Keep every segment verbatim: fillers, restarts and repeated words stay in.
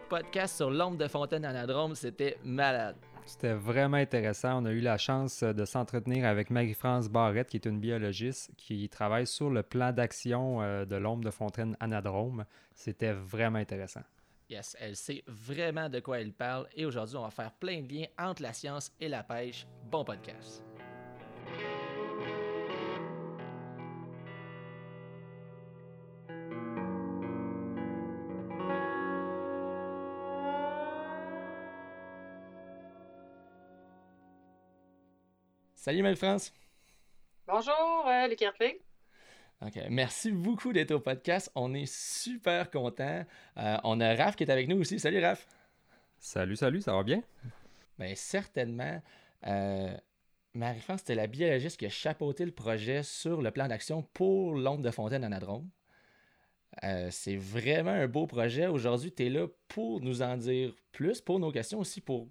podcast sur l'ombre de Fontaine Anadrome. C'était malade. C'était vraiment intéressant. On a eu la chance de s'entretenir avec Marie-France Barrette, qui est une biologiste qui travaille sur le plan d'action de l'ombre de Fontaine Anadrome. C'était vraiment intéressant. Yes, elle sait vraiment de quoi elle parle et aujourd'hui, on va faire plein de liens entre la science et la pêche. Bon podcast. Salut Marie-France. Bonjour, euh, Luc Hervé. OK. Merci beaucoup d'être au podcast. On est super contents. Euh, on a Raph qui est avec nous aussi. Salut Raph. Salut, salut, ça va bien? Bien, certainement. Euh, Marie-France, c'était la biologiste qui a chapeauté le projet sur le plan d'action pour l'ombre de Fontaine Anadrome. Euh, c'est vraiment un beau projet. Aujourd'hui, tu es là pour nous en dire plus, pour nos questions, aussi pour,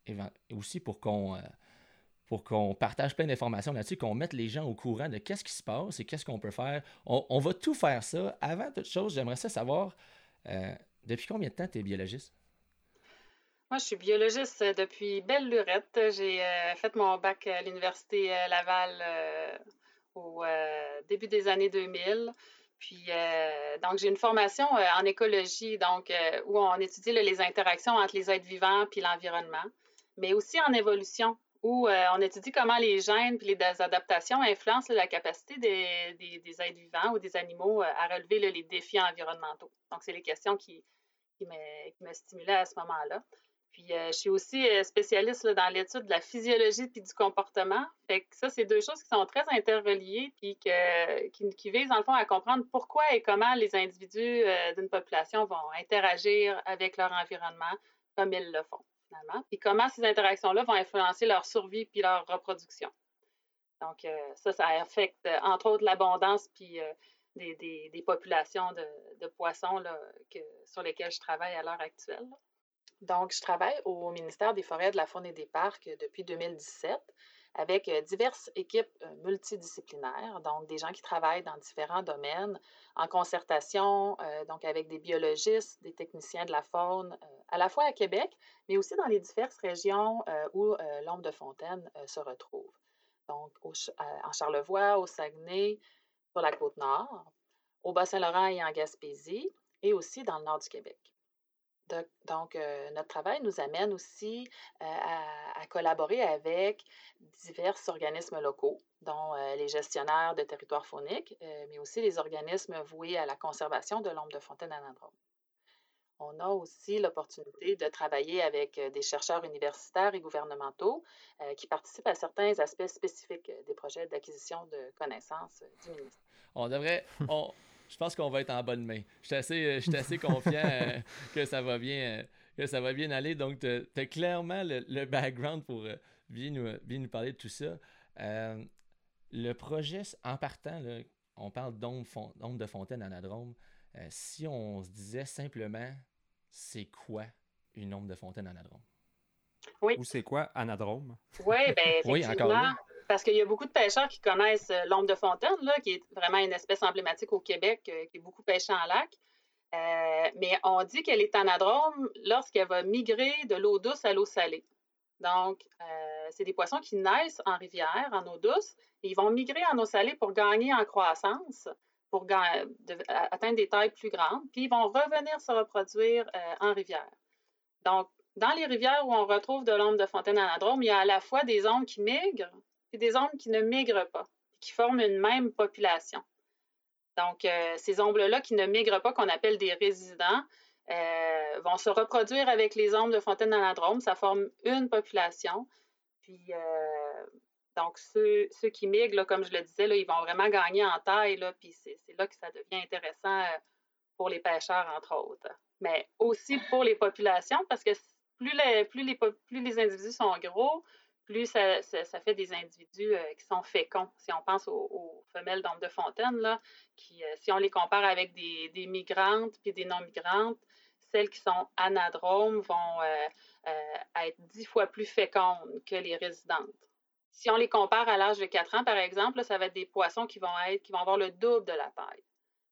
aussi pour qu'on... Euh, pour qu'on partage plein d'informations là-dessus, qu'on mette les gens au courant de qu'est-ce qui se passe et qu'est-ce qu'on peut faire. On, on va tout faire ça. Avant toute chose, j'aimerais ça savoir, euh, depuis combien de temps tu es biologiste? Moi, je suis biologiste depuis belle lurette. J'ai euh, fait mon bac à l'Université Laval euh, au euh, début des années deux mille. Puis, euh, donc, j'ai une formation euh, en écologie, donc euh, où on étudie là, les interactions entre les êtres vivants puis l'environnement, mais aussi en évolution, où euh, on étudie comment les gènes et les adaptations influencent là, la capacité des, des, des êtres vivants ou des animaux euh, à relever là, les défis environnementaux. Donc, c'est les questions qui, qui, me, qui me stimulaient à ce moment-là. Puis, euh, je suis aussi euh, spécialiste là, dans l'étude de la physiologie et du comportement. Fait que ça, c'est deux choses qui sont très interreliées puis que, qui, qui visent, dans le fond, à comprendre pourquoi et comment les individus euh, d'une population vont interagir avec leur environnement comme ils le font. Finalement, puis comment ces interactions-là vont influencer leur survie puis leur reproduction. Donc, euh, ça, ça affecte, entre autres, l'abondance puis euh, des, des, des populations de, de poissons là, que, sur lesquelles je travaille à l'heure actuelle. Donc, je travaille au ministère des Forêts, de la Faune et des Parcs depuis deux mille dix-sept avec diverses équipes multidisciplinaires, donc des gens qui travaillent dans différents domaines, en concertation, euh, donc avec des biologistes, des techniciens de la faune, euh, à la fois à Québec, mais aussi dans les diverses régions euh, où euh, l'ombre de Fontaine euh, se retrouve. Donc, au, en Charlevoix, au Saguenay, sur la Côte-Nord, au Bas-Saint-Laurent et en Gaspésie, et aussi dans le nord du Québec. De, donc, euh, notre travail nous amène aussi euh, à, à collaborer avec divers organismes locaux, dont euh, les gestionnaires de territoires fauniques, euh, mais aussi les organismes voués à la conservation de l'ombre de Fontaine Anadrome. On a aussi l'opportunité de travailler avec des chercheurs universitaires et gouvernementaux euh, qui participent à certains aspects spécifiques des projets d'acquisition de connaissances du ministère. On devrait... On... Je pense qu'on va être en bonne main. Je suis assez, je suis assez confiant euh, que, ça va bien, euh, que ça va bien aller. Donc, tu as clairement le, le background pour euh, bien, nous, bien nous parler de tout ça. Euh, le projet, en partant, là, on parle d'ombre fon- de Fontaine Anadrome. Euh, si on se disait simplement, c'est quoi une ombre de Fontaine Anadrome? Oui. Ou c'est quoi Anadrome? Oui, bien, effectivement. Oui, encore là. Parce qu'il y a beaucoup de pêcheurs qui connaissent l'ombre de Fontaine, là, qui est vraiment une espèce emblématique au Québec, euh, qui est beaucoup pêchée en lac. Euh, mais on dit qu'elle est anadrome lorsqu'elle va migrer de l'eau douce à l'eau salée. Donc, euh, c'est des poissons qui naissent en rivière, en eau douce, et ils vont migrer en eau salée pour gagner en croissance, pour ga- de, atteindre des tailles plus grandes, puis ils vont revenir se reproduire euh, en rivière. Donc, dans les rivières où on retrouve de l'ombre de Fontaine Anadrome, il y a à la fois des ombres qui migrent et des ombres qui ne migrent pas, qui forment une même population. Donc, euh, ces ombres-là qui ne migrent pas, qu'on appelle des résidents, euh, vont se reproduire avec les ombres de Fontaine Anadrome. Ça forme une population. Puis, euh, donc, ceux, ceux qui migrent, là, comme je le disais, là, ils vont vraiment gagner en taille. Là, puis, c'est, c'est là que ça devient intéressant pour les pêcheurs, entre autres. Mais aussi pour les populations, parce que plus les, plus les, plus les individus sont gros, plus ça, ça, ça fait des individus euh, qui sont féconds. Si on pense aux, aux femelles d'ombre de Fontaine, là, qui, euh, si on les compare avec des, des migrantes puis des non-migrantes, celles qui sont anadromes vont euh, euh, être dix fois plus fécondes que les résidentes. Si on les compare à l'âge de quatre ans, par exemple, là, ça va être des poissons qui vont, être, qui vont avoir le double de la taille.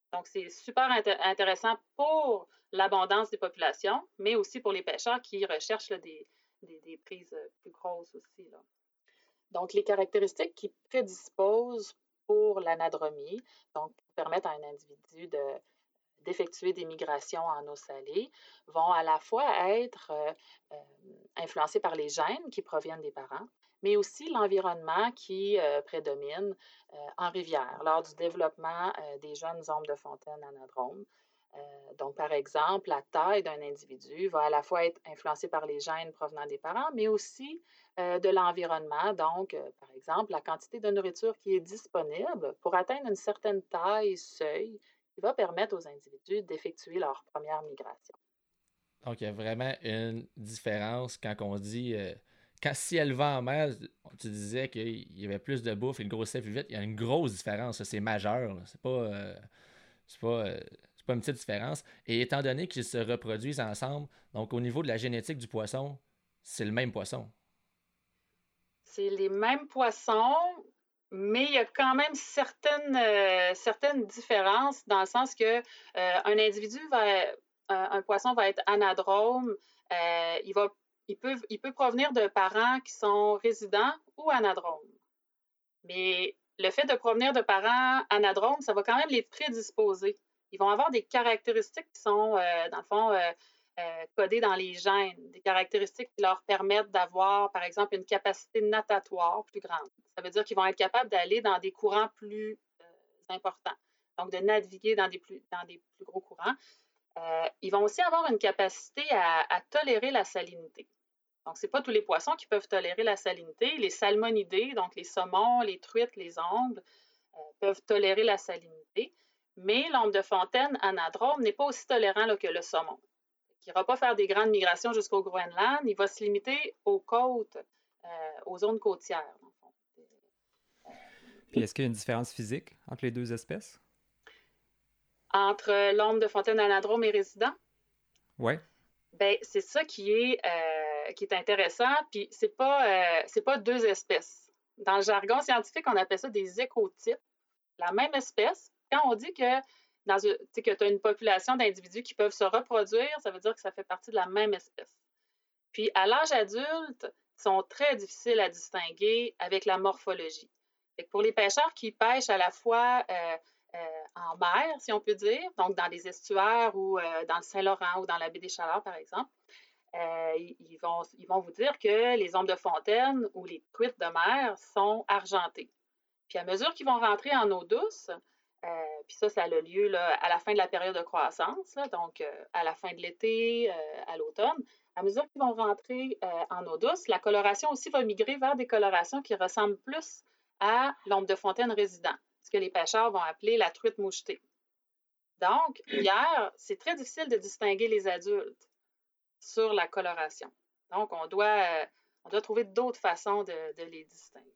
Donc, c'est super int- intéressant pour l'abondance des populations, mais aussi pour les pêcheurs qui recherchent là, des, des, des prises euh, plus grosses aussi, là. Donc, les caractéristiques qui prédisposent pour l'anadromie, donc permettent à un individu de, d'effectuer des migrations en eau salée, vont à la fois être euh, euh, influencées par les gènes qui proviennent des parents, mais aussi l'environnement qui euh, prédomine euh, en rivière lors du développement euh, des jeunes ombres de fontaine anadromes. Euh, donc, par exemple, la taille d'un individu va à la fois être influencée par les gènes provenant des parents, mais aussi euh, de l'environnement. Donc, euh, par exemple, la quantité de nourriture qui est disponible pour atteindre une certaine taille seuil qui va permettre aux individus d'effectuer leur première migration. Donc, il y a vraiment une différence quand on dit. Euh, quand, si elle va en mer, tu disais qu'il y avait plus de bouffe et le grossissait plus vite. Il y a une grosse différence. Ça, c'est majeur. Là. C'est pas. Euh, c'est pas. euh, c'est pas une petite différence. Et étant donné qu'ils se reproduisent ensemble, donc au niveau de la génétique du poisson, c'est le même poisson. C'est les mêmes poissons, mais il y a quand même certaines, euh, certaines différences dans le sens que euh, un individu va, un, un poisson va être anadrome, euh, il va, il peut, il peut provenir de parents qui sont résidents ou anadromes. Mais le fait de provenir de parents anadromes, ça va quand même les prédisposer. Ils vont avoir des caractéristiques qui sont, euh, dans le fond, euh, euh, codées dans les gènes, des caractéristiques qui leur permettent d'avoir, par exemple, une capacité natatoire plus grande. Ça veut dire qu'ils vont être capables d'aller dans des courants plus euh, importants, donc de naviguer dans des plus, dans des plus gros courants. Euh, ils vont aussi avoir une capacité à, à tolérer la salinité. Donc, ce n'est pas tous les poissons qui peuvent tolérer la salinité. Les salmonidés, donc les saumons, les truites, les ongles, euh, peuvent tolérer la salinité. Mais l'ombre de fontaine anadrome n'est pas aussi tolérant là, que le saumon. Il n'ira pas faire des grandes migrations jusqu'au Groenland. Il va se limiter aux côtes, euh, aux zones côtières, dans le fond. Puis est-ce qu'il y a une différence physique entre les deux espèces? Entre l'ombre de fontaine anadrome et résident, Oui. ben, c'est ça qui est, euh, qui est intéressant. Puis, ce n'est pas, euh, c'est pas deux espèces. Dans le jargon scientifique, on appelle ça des écotypes. La même espèce, quand on dit que, dans une, que tu as une population d'individus qui peuvent se reproduire, ça veut dire que ça fait partie de la même espèce. Puis, à l'âge adulte, ils sont très difficiles à distinguer avec la morphologie. Fait que pour les pêcheurs qui pêchent à la fois euh, euh, en mer, si on peut dire, donc dans les estuaires ou euh, dans le Saint-Laurent ou dans la baie des Chaleurs, par exemple, euh, ils, vont, ils vont vous dire que les ombres de fontaine ou les truites de mer sont argentées. Puis à mesure qu'ils vont rentrer en eau douce, euh, puis ça, ça a lieu là, à la fin de la période de croissance, là, donc euh, à la fin de l'été, euh, à l'automne, à mesure qu'ils vont rentrer euh, en eau douce, la coloration aussi va migrer vers des colorations qui ressemblent plus à l'ombre de fontaine résident, ce que les pêcheurs vont appeler la truite mouchetée. Donc, hier, c'est très difficile de distinguer les adultes sur la coloration. Donc, on doit, euh, on doit trouver d'autres façons de, de les distinguer.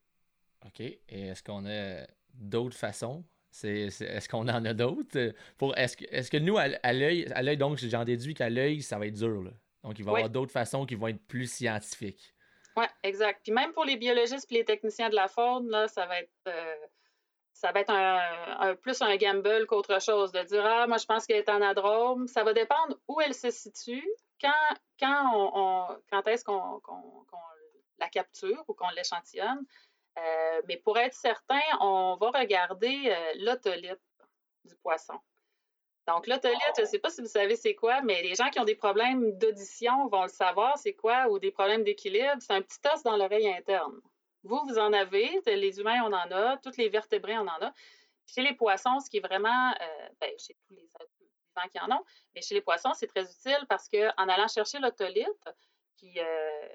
OK. Et est-ce qu'on a d'autres façons? C'est, c'est- est-ce qu'on en a d'autres? Pour, est-ce, que, est-ce que nous, à, à l'œil, à l'œil, donc, j'en déduis qu'à l'œil, ça va être dur, là. Donc, il va y Oui, avoir d'autres façons qui vont être plus scientifiques. oui, exact. Puis même pour les biologistes et les techniciens de la faune, là, ça va être, euh, ça va être un, un- plus un gamble qu'autre chose, de dire, ah, moi, je pense qu'elle est anadrome. Ça va dépendre où elle se situe, quand, quand, on, on- quand est-ce qu'on, qu'on- qu'on la capture ou qu'on l'échantillonne. Euh, mais pour être certain, on va regarder euh, l'otolite du poisson. Donc, l'otolite, je ne sais pas si vous savez c'est quoi, mais les gens qui ont des problèmes d'audition vont le savoir c'est quoi, ou des problèmes d'équilibre. C'est un petit os dans l'oreille interne. Vous, vous en avez, les humains, on en a, tous les vertébrés, on en a. Chez les poissons, ce qui est vraiment, euh, ben, chez tous les êtres vivants qui en ont, mais chez les poissons, c'est très utile parce qu'en allant chercher l'otolite, puis, euh,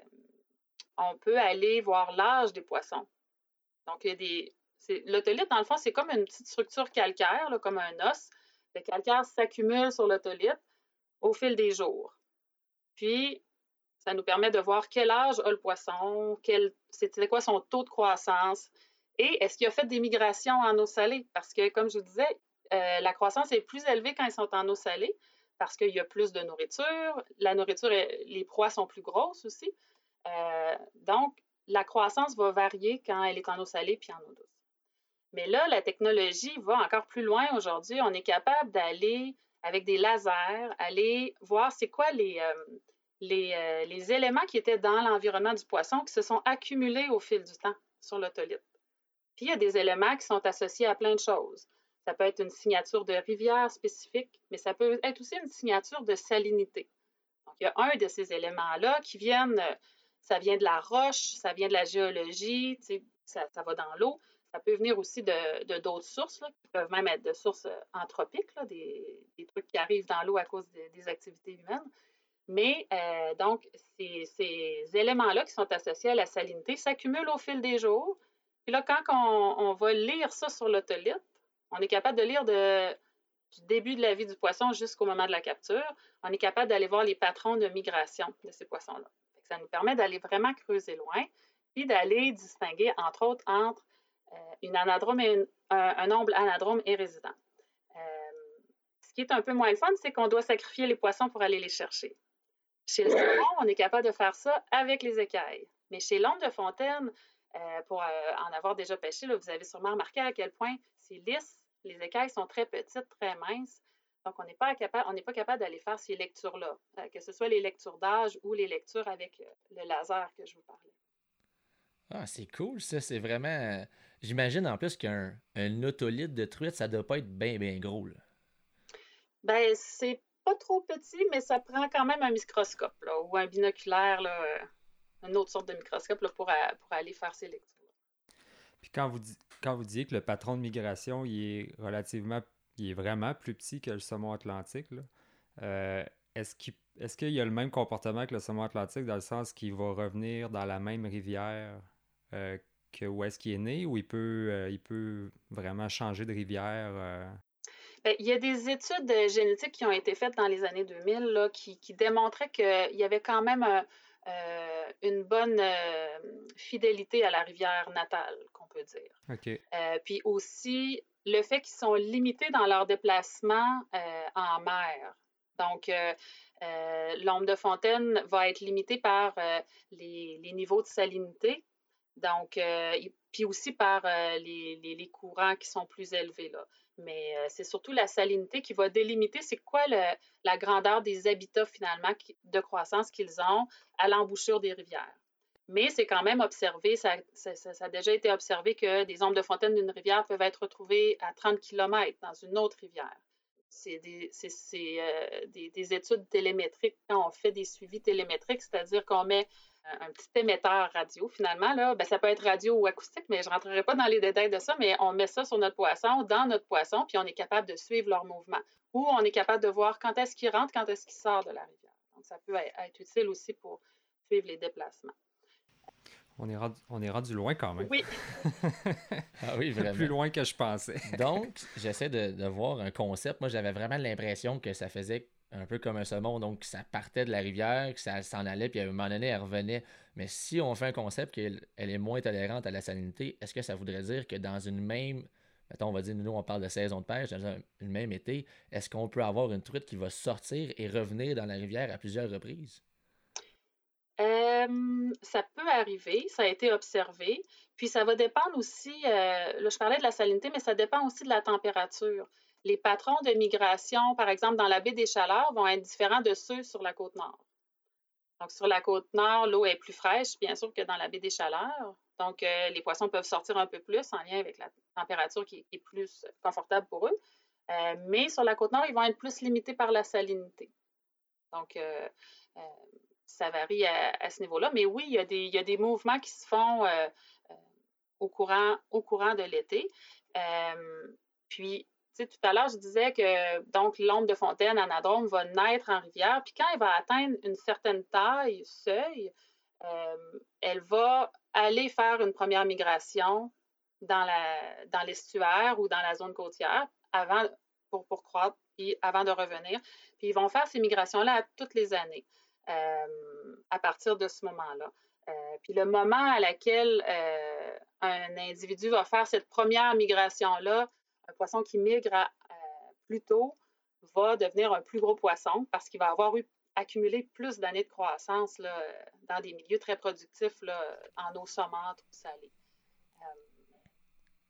on peut aller voir l'âge des poissons. Donc, il y a des. L'otolite, dans le fond, c'est comme une petite structure calcaire, là, comme un os. Le calcaire s'accumule sur l'otolite au fil des jours. Puis, ça nous permet de voir quel âge a le poisson, quel, c'était quoi son taux de croissance, et est-ce qu'il a fait des migrations en eau salée? Parce que, comme je vous disais, euh, la croissance est plus élevée quand ils sont en eau salée, parce qu'il y a plus de nourriture. La nourriture, les proies sont plus grosses aussi. Euh, donc, la croissance va varier quand elle est en eau salée puis en eau douce. Mais là, la technologie va encore plus loin aujourd'hui. On est capable d'aller, avec des lasers, aller voir c'est quoi les, euh, les, euh, les éléments qui étaient dans l'environnement du poisson qui se sont accumulés au fil du temps sur l'otolithe. Puis il y a des éléments qui sont associés à plein de choses. Ça peut être une signature de rivière spécifique, mais ça peut être aussi une signature de salinité. Donc, il y a un de ces éléments-là qui viennent, ça vient de la roche, ça vient de la géologie, ça, ça va dans l'eau. Ça peut venir aussi de, de d'autres sources, là, qui peuvent même être de sources anthropiques, là, des, des trucs qui arrivent dans l'eau à cause de, des activités humaines. Mais euh, donc, ces, ces éléments-là qui sont associés à la salinité s'accumulent au fil des jours. Puis là, quand on, on va lire ça sur l'otolithe, on est capable de lire de, du début de la vie du poisson jusqu'au moment de la capture. On est capable d'aller voir les patrons de migration de ces poissons-là. Ça nous permet d'aller vraiment creuser loin, puis d'aller distinguer, entre autres, entre euh, une anadrome et une, un, un nombre anadrome et résident. Euh, ce qui est un peu moins le fun, c'est qu'on doit sacrifier les poissons pour aller les chercher. Chez le saumon, on est capable de faire ça avec les écailles. Mais chez l'ombre de fontaine, euh, pour euh, en avoir déjà pêché, là, vous avez sûrement remarqué à quel point c'est lisse. Les écailles sont très petites, très minces. Donc, on n'est pas capable, on n'est pas capable d'aller faire ces lectures-là, euh, que ce soit les lectures d'âge ou les lectures avec euh, le laser que je vous parlais. Ah, c'est cool, ça. C'est vraiment. euh, J'imagine en plus qu'un un otolithe de truite, ça doit pas être bien, bien gros, là. Ben, c'est pas trop petit, mais ça prend quand même un microscope, là, ou un binoculaire, là, euh, une autre sorte de microscope là, pour, à- pour aller faire ces lectures. Puis quand vous, di- quand vous disiez que le patron de migration, il est relativement, il est vraiment plus petit que le saumon atlantique, là, euh, est-ce qu'il, est-ce qu'il y a le même comportement que le saumon atlantique dans le sens qu'il va revenir dans la même rivière euh, que où est-ce qu'il est né ou il peut, euh, il peut vraiment changer de rivière? euh? Ben, il y a des études euh, génétiques qui ont été faites dans les années deux mille là, qui, qui démontraient qu'il y avait quand même un- euh, une bonne euh, fidélité à la rivière natale, qu'on peut dire. OK. Euh, puis aussi, le fait qu'ils sont limités dans leur déplacement euh, en mer. Donc, euh, euh, l'ombre de fontaine va être limitée par euh, les, les niveaux de salinité. Donc, euh, et puis aussi par euh, les, les- les courants qui sont plus élevés, là. Mais euh, c'est surtout la salinité qui va délimiter c'est quoi le- la grandeur des habitats finalement qui- de croissance qu'ils ont à l'embouchure des rivières. Mais c'est quand même observé, ça, ça- ça- ça a déjà été observé que des ombres de fontaine d'une rivière peuvent être retrouvées à trente kilomètres dans une autre rivière. C'est des, c'est- c'est, euh, des- des études télémétriques quand on fait des suivis télémétriques, c'est-à-dire qu'on met un, un petit émetteur radio finalement, là, ben, ça peut être radio ou acoustique, mais je ne rentrerai pas dans les détails de ça, mais on met ça sur notre poisson, dans notre poisson, puis on est capable de suivre leur mouvement. Ou on est capable de voir quand est-ce qu'il rentre, quand est-ce qu'il sort de la rivière. Donc ça peut être utile aussi pour suivre les déplacements. On est rendu, on est rendu loin quand même. Oui. Ah oui, Plus vraiment. loin que je pensais. Donc, j'essaie de, de voir un concept. Moi, j'avais vraiment l'impression que ça faisait un peu comme un saumon. Donc, ça partait de la rivière, que ça s'en allait, puis à un moment donné, elle revenait. Mais si on fait un concept qu'elle elle est moins tolérante à la salinité, est-ce que ça voudrait dire que dans une même, mettons, on va dire, nous, on parle de saison de pêche, dans un- une même été, est-ce qu'on peut avoir une truite qui va sortir et revenir dans la rivière à plusieurs reprises? Euh, ça peut arriver, ça a été observé. Puis ça va dépendre aussi, euh, là je parlais de la salinité, mais ça dépend aussi de la température. Les patrons de migration, par exemple dans la baie des Chaleurs, vont être différents de ceux sur la côte nord. Donc sur la côte nord, l'eau est plus fraîche, bien sûr, que dans la baie des Chaleurs. Donc euh, les poissons peuvent sortir un peu plus en lien avec la température qui est plus confortable pour eux. Euh, mais sur la côte nord, ils vont être plus limités par la salinité. Donc, euh, euh, ça varie à, à ce niveau-là. Mais oui, il y, a des, il y a des mouvements qui se font euh, euh, au, courant, au courant de l'été. Euh, puis, tu sais, tout à l'heure, je disais que donc l'ombre de fontaine anadrome va naître en rivière. Puis quand elle va atteindre une certaine taille, seuil, euh, elle va aller faire une première migration dans, la, dans l'estuaire ou dans la zone côtière avant, pour, pour croître, puis avant de revenir. Puis ils vont faire ces migrations-là toutes les années euh, à partir de ce moment-là. Euh, puis le moment à laquelle euh, un individu va faire cette première migration-là, un poisson qui migre à, euh, plus tôt va devenir un plus gros poisson parce qu'il va avoir eu accumulé plus d'années de croissance là, dans des milieux très productifs là, en eau saumâtre ou salée.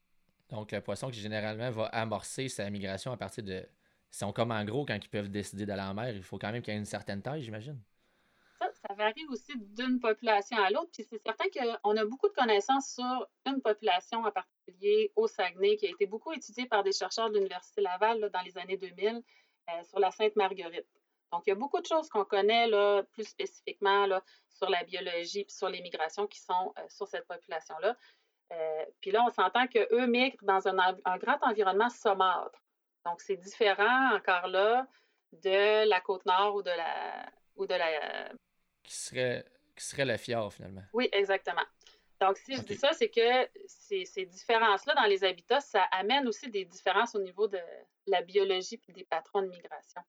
Donc, le poisson qui généralement va amorcer sa migration à partir de... Ils sont comme en gros, quand ils peuvent décider d'aller en mer, il faut quand même qu'il y ait une certaine taille, j'imagine. Ça, ça varie aussi d'une population à l'autre. Puis c'est certain qu'on a beaucoup de connaissances sur une population en particulier au Saguenay qui a été beaucoup étudiée par des chercheurs de l'Université Laval là, dans les années deux mille euh, sur la Sainte-Marguerite. Donc, il y a beaucoup de choses qu'on connaît là, plus spécifiquement là, sur la biologie et sur les migrations qui sont euh, sur cette population-là. Euh, puis là, on s'entend qu'eux migrent dans un, un grand environnement saumâtre. Donc, c'est différent encore là de la côte nord ou de la, ou de la Qui serait, qui serait le fjord, finalement. Oui, exactement. Donc, si je OK. dis ça, c'est que ces, ces différences-là dans les habitats, ça amène aussi des différences au niveau de la biologie et des patrons de migration.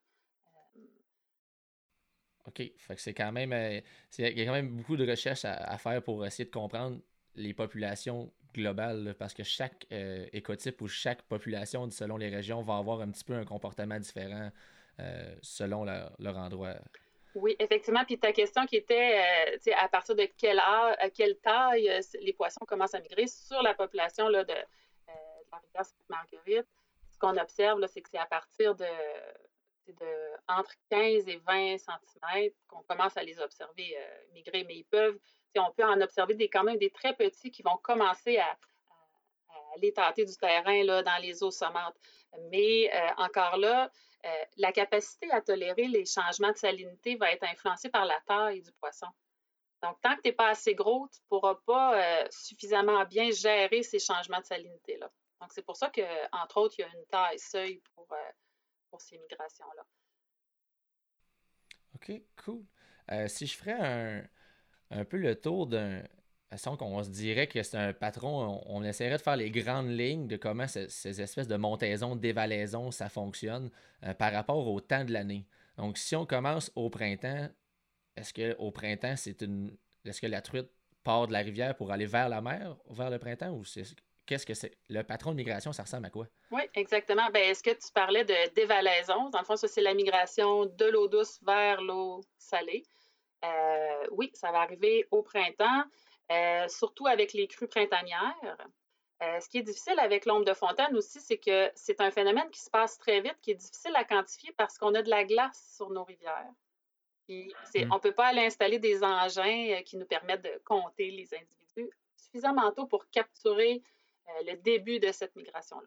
OK. Fait que c'est quand même... euh, c'est- il y a quand même beaucoup de recherches à, à faire pour essayer de comprendre les populations globales, là, parce que chaque euh, écotype ou chaque population, selon les régions, va avoir un petit peu un comportement différent euh, selon leur, leur endroit. Oui, effectivement. Puis ta question qui était, euh, tu sais, à partir de quelle âge, à quelle taille euh, les poissons commencent à migrer sur la population là, de, euh, de la rivière Sainte-Marguerite, ce qu'on observe, là, c'est que c'est à partir de, de entre quinze et vingt centimètres qu'on commence à les observer euh, migrer, mais ils peuvent, on peut en observer des, quand même des très petits qui vont commencer à, à, à aller tâter du terrain là, dans les eaux saumâtres. Mais euh, encore là, euh, la capacité à tolérer les changements de salinité va être influencée par la taille du poisson. Donc, tant que tu n'es pas assez gros, tu ne pourras pas euh, suffisamment bien gérer ces changements de salinité-là. Donc, c'est pour ça qu'entre autres, il y a une taille seuil pour, euh, pour ces migrations-là. OK, cool. Euh, si je ferais un, un peu le tour d'un... façon qu'on se dirait que c'est un patron, on, on essaierait de faire les grandes lignes de comment ce- ces espèces de montaisons, dévalaisons, ça fonctionne euh, par rapport au temps de l'année. Donc, si on commence au printemps, est-ce que au printemps, c'est une... Est-ce que la truite part de la rivière pour aller vers la mer, vers le printemps, ou c'est... Qu'est-ce que c'est? Le patron de migration, ça ressemble à quoi? Oui, exactement. Ben, est-ce que tu parlais de dévalaison? Dans le fond, ça, c'est la migration de l'eau douce vers l'eau salée. Euh, oui, ça va arriver au printemps, euh, surtout avec les crues printanières. Euh, ce qui est difficile avec l'ombre de fontaine aussi, c'est que c'est un phénomène qui se passe très vite, qui est difficile à quantifier parce qu'on a de la glace sur nos rivières. Puis c'est, Hmm. on ne peut pas aller installer des engins euh, qui nous permettent de compter les individus suffisamment tôt pour capturer euh, le début de cette migration-là.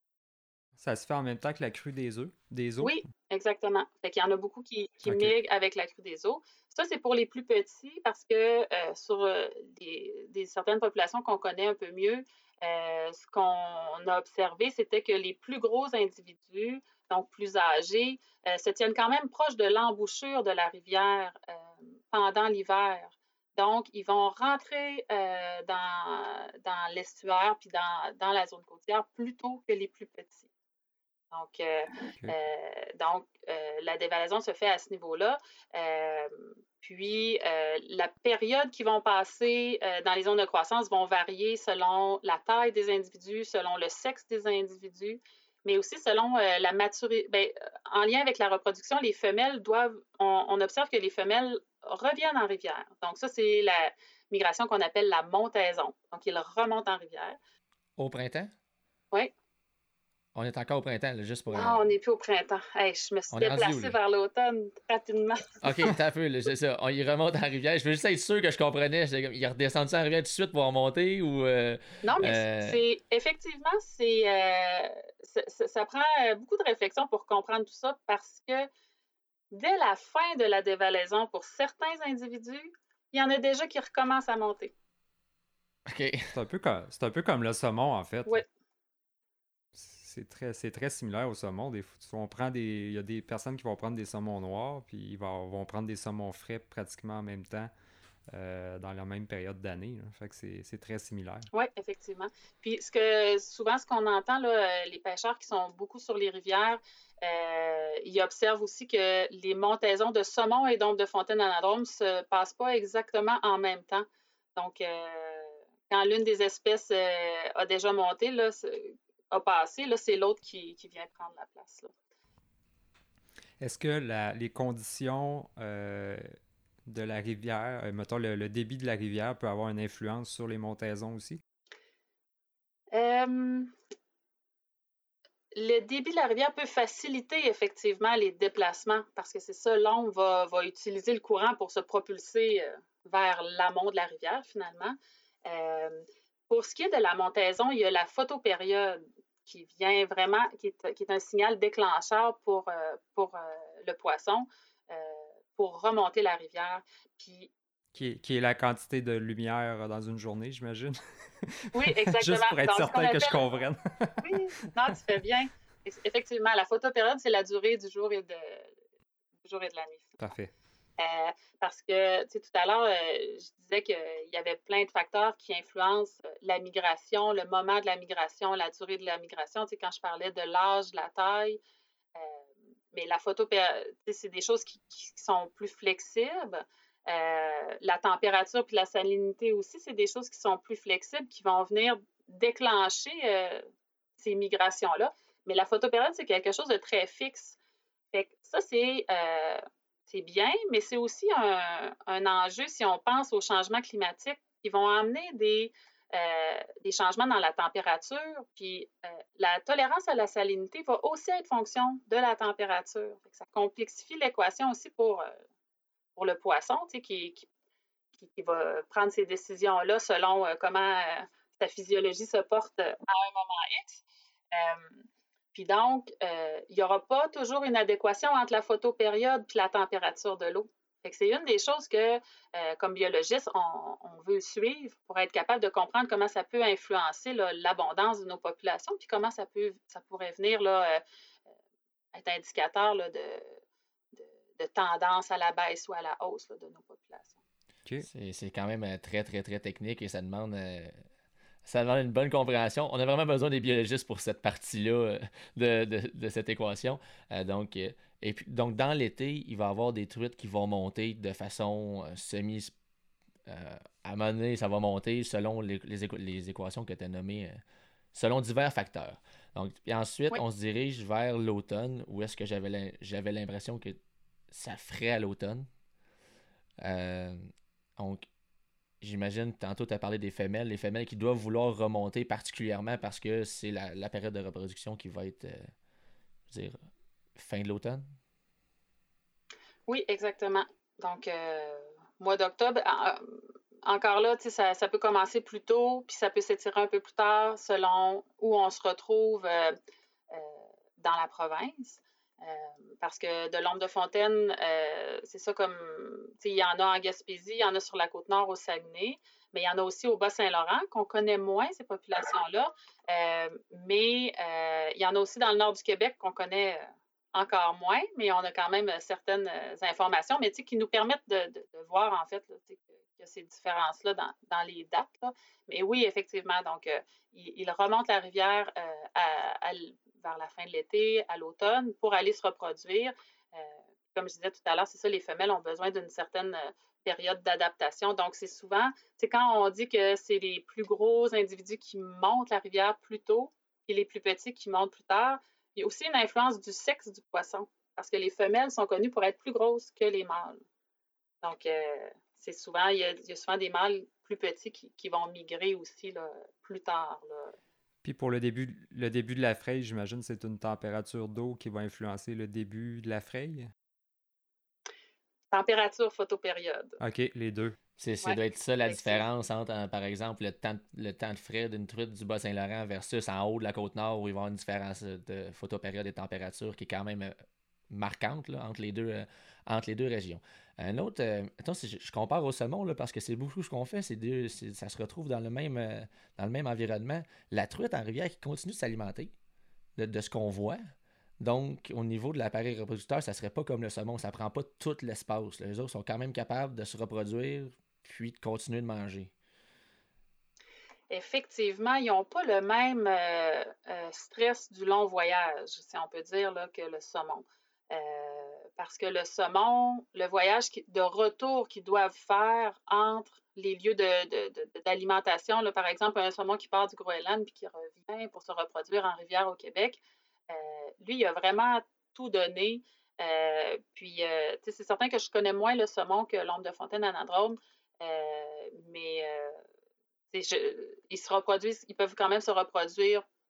Ça se fait en même temps que la crue des œufs, des eaux. Oui, exactement. Fait qu'il y en a beaucoup qui, qui OK. migrent avec la crue des eaux. Ça, c'est pour les plus petits parce que euh, sur euh, des, des, certaines populations qu'on connaît un peu mieux, euh, ce qu'on a observé, c'était que les plus gros individus, donc plus âgés, euh, se tiennent quand même proche de l'embouchure de la rivière euh, pendant l'hiver. Donc, ils vont rentrer euh, dans, dans l'estuaire puis dans, dans la zone côtière plus tôt que les plus petits. Donc, euh, OK. euh, donc euh, la dévalaison se fait à ce niveau-là. Euh, puis, euh, la période qu'ils vont passer euh, dans les zones de croissance vont varier selon la taille des individus, selon le sexe des individus, mais aussi selon euh, la maturité. Ben, en lien avec la reproduction, les femelles doivent, on, on observe que les femelles reviennent en rivière. Donc, ça, c'est la migration qu'on appelle la montaison. Donc, ils remontent en rivière. Au printemps? Oui. On est encore au printemps, là, juste pour... euh, Non, on n'est plus au printemps. Hey, je me suis On est rendu où, déplacée là? vers l'automne rapidement. OK, t'as un peu, là, c'est ça. On y remonte en rivière. Je veux juste être sûr que je comprenais. C'est comme, il est redescendu en rivière tout de suite pour remonter ou... euh, Non, mais euh, c'est effectivement, c'est euh, ça, ça- ça prend euh, beaucoup de réflexion pour comprendre tout ça parce que dès la fin de la dévalaison, pour certains individus, il y en a déjà qui recommencent à monter. OK. C'est un peu comme, c'est un peu comme le saumon, en fait. Oui, C'est très, c'est très similaire au saumon. Des, fois, on prend des, il y a des personnes qui vont prendre des saumons noirs, puis ils vont, vont prendre des saumons frais pratiquement en même temps euh, dans la même période d'année. Là. Fait que c'est, c'est très similaire. oui, effectivement. Puis ce que souvent, ce qu'on entend, là, euh, les pêcheurs qui sont beaucoup sur les rivières, euh, ils observent aussi que les montaisons de saumon et donc de fontaine anadrome ne se passent pas exactement en même temps. Donc, euh, quand l'une des espèces euh, a déjà monté, là, a passé, là, c'est l'autre qui, qui vient prendre la place. Là. Est-ce que la, les conditions euh, de la rivière, euh, mettons le, le débit de la rivière peut avoir une influence sur les montaisons aussi? Euh, le débit de la rivière peut faciliter effectivement les déplacements parce que c'est ça, l'ombre va, va utiliser le courant pour se propulser euh, vers l'amont de la rivière finalement. Euh, pour ce qui est de la montaison, il y a la photopériode qui vient vraiment, qui est, qui est un signal déclencheur pour, euh, pour euh, le poisson euh, pour remonter la rivière. Puis, Qui est, qui est la quantité de lumière dans une journée, j'imagine. oui, exactement. Juste pour être Donc, ce qu'on certain que je appelle... comprenne. Oui, non, tu fais bien. Effectivement, la photopériode, c'est la durée du jour et de, du jour et de la nuit. Parfait. Euh, parce que, tu sais, tout à l'heure, euh, je disais qu'il y avait plein de facteurs qui influencent la migration, le moment de la migration, la durée de la migration. Tu sais, quand je parlais de l'âge, de la taille, euh, mais la photopériode, c'est des choses qui, qui sont plus flexibles. Euh, la température puis la salinité aussi, c'est des choses qui sont plus flexibles, qui vont venir déclencher euh, ces migrations-là. Mais la photopériode, c'est quelque chose de très fixe. Fait que ça, c'est euh, c'est bien, mais c'est aussi un, un enjeu si on pense aux changements climatiques qui vont amener des, euh, des changements dans la température. Puis euh, la tolérance à la salinité va aussi être fonction de la température. Fait que ça complexifie l'équation aussi pour, euh, pour le poisson, tu sais, qui, qui, qui, va prendre ces décisions-là selon euh, comment euh, sa physiologie se porte à un moment X. Euh, puis donc, euh, il n'y aura pas toujours une adéquation entre la photopériode et la température de l'eau. C'est une des choses que, euh, comme biologiste, on, on, veut suivre pour être capable de comprendre comment ça peut influencer là, l'abondance de nos populations, puis comment ça, peut, ça pourrait venir là, euh, être indicateur là, de, de, de tendance à la baisse ou à la hausse là, de nos populations. Okay. C'est, c'est quand même très, très, très technique et ça demande... Euh... Ça demande une bonne compréhension. On a vraiment besoin des biologistes pour cette partie-là euh, de, de, de cette équation. Euh, donc, euh, et puis, donc, dans l'été, il va y avoir des truites qui vont monter de façon euh, semi... Euh, à un moment donné, ça va monter selon les, les, équ- les équations que tu as nommées, euh, selon divers facteurs. Donc, et ensuite, oui. on se dirige vers l'automne, où est-ce que j'avais, l'im- j'avais l'impression que ça ferait à l'automne. Euh, donc, j'imagine, tantôt, tu as parlé des femelles. Les femelles qui doivent vouloir remonter particulièrement parce que c'est la, la période de reproduction qui va être, euh, je veux dire, fin de l'automne. Oui, exactement. Donc, euh, mois d'octobre, en, encore là, ça, ça peut commencer plus tôt, puis ça peut s'étirer un peu plus tard selon où on se retrouve euh, euh, dans la province. Euh, parce que de l'ombre de fontaine, euh, c'est ça comme, il y en a en Gaspésie, il y en a sur la Côte-Nord au Saguenay, mais il y en a aussi au Bas-Saint-Laurent, qu'on connaît moins, ces populations-là, euh, mais euh, il y en a aussi dans le nord du Québec qu'on connaît encore moins, mais on a quand même certaines informations, mais qui nous permettent de, de, de voir, en fait, là, qu'il y a ces différences-là dans, dans les dates. Là. Mais oui, effectivement, donc, euh, il, il remonte la rivière euh, à, à, vers la fin de l'été, à l'automne, pour aller se reproduire. Euh, comme je disais tout à l'heure, c'est ça, les femelles ont besoin d'une certaine euh, période d'adaptation. Donc, c'est souvent, c'est quand on dit que c'est les plus gros individus qui montent la rivière plus tôt et les plus petits qui montent plus tard. Il y a aussi une influence du sexe du poisson, parce que les femelles sont connues pour être plus grosses que les mâles. Donc, euh, c'est souvent, il y, a, il y a souvent des mâles plus petits qui, qui vont migrer aussi là, plus tard. Là. Puis pour le début, le début de la fraie, j'imagine c'est une température d'eau qui va influencer le début de la fraie? Température, photopériode. OK, les deux. C'est, ça ouais, doit être ça la différence entre, euh, par exemple, le temps, le temps de frais d'une truite du Bas-Saint-Laurent versus en haut de la Côte-Nord où il va y avoir une différence de photopériode et température qui est quand même euh, marquante là, entre, les deux, euh, entre les deux régions. Un autre, euh, attends, si je, je compare au saumon là, parce que c'est beaucoup ce qu'on fait, c'est deux, c'est, ça se retrouve dans le, même, euh, dans le même environnement. La truite en rivière qui continue de s'alimenter de, de ce qu'on voit. Donc, au niveau de l'appareil reproducteur, ça serait pas comme le saumon, ça prend pas tout l'espace. Les autres sont quand même capables de se reproduire puis de continuer de manger. Effectivement, ils n'ont pas le même euh, euh, stress du long voyage, si on peut dire, là, que le saumon. Euh, parce que le saumon, le voyage qui, de retour qu'ils doivent faire entre les lieux de, de, de, d'alimentation, là, par exemple, un saumon qui part du Groenland puis qui revient pour se reproduire en rivière au Québec, euh, lui, il a vraiment tout donné. Euh, puis, euh, c'est certain que je connais moins le saumon que l'ombre de fontaine anadrome, euh, mais... Euh, Je, ils se reproduisent, ils peuvent quand même se reproduire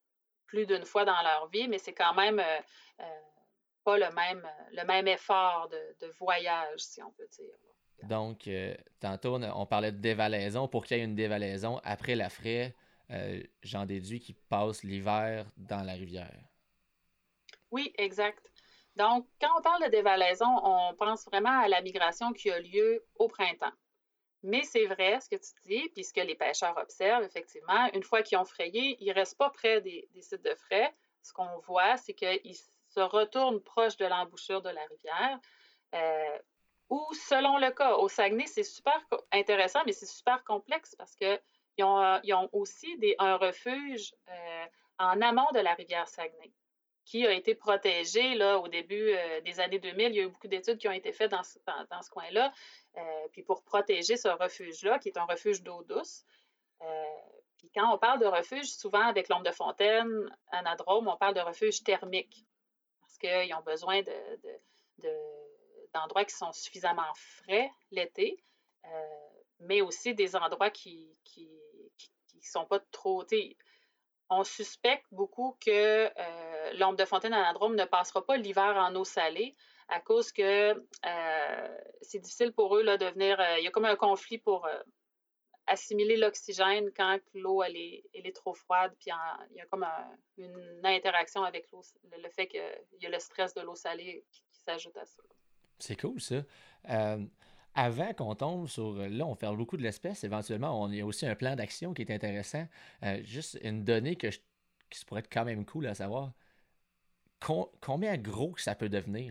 plus d'une fois dans leur vie, mais c'est quand même euh, euh, pas le même, le même effort de, de voyage, si on peut dire. Donc, euh, tantôt, on, a- on parlait de dévalaison. Pour qu'il y ait une dévalaison, après la fraie, euh, j'en déduis qu'ils passent l'hiver dans la rivière. Oui, exact. Donc, quand on parle de dévalaison, on pense vraiment à la migration qui a lieu au printemps. Mais c'est vrai ce que tu dis, puis ce que les pêcheurs observent, effectivement, une fois qu'ils ont frayé, ils ne restent pas près des, des sites de frais. Ce qu'on voit, c'est qu'ils se retournent proche de l'embouchure de la rivière. Euh, ou selon le cas, au Saguenay, c'est super intéressant, mais c'est super complexe parce qu'ils ont, ils ont aussi des, un refuge euh, en amont de la rivière Saguenay qui a été protégé là, au début euh, des années deux mille. Il y a eu beaucoup d'études qui ont été faites dans ce, dans, dans ce coin-là. Euh, puis pour protéger ce refuge-là, qui est un refuge d'eau douce. Euh, puis quand on parle de refuge, souvent avec l'ombre de fontaine, anadrome, on parle de refuge thermique parce qu'ils ont besoin de, de, de, d'endroits qui sont suffisamment frais l'été, euh, mais aussi des endroits qui qui, qui sont pas trop... On suspecte beaucoup que euh, l'ombre de fontaine anadrome ne passera pas l'hiver en eau salée à cause que euh, c'est difficile pour eux là, de venir... Euh, il y a comme un conflit pour euh, assimiler l'oxygène quand l'eau elle est, elle est trop froide, puis en, il y a comme un, une interaction avec l'eau, le, le fait qu'il y a le stress de l'eau salée qui, qui s'ajoute à ça. C'est cool, ça. Euh, avant qu'on tombe sur... Là, on fait beaucoup de l'espèce. Éventuellement, on, il y a aussi un plan d'action qui est intéressant. Euh, juste une donnée que je- qui pourrait être quand même cool à savoir. Com- combien gros que ça peut devenir?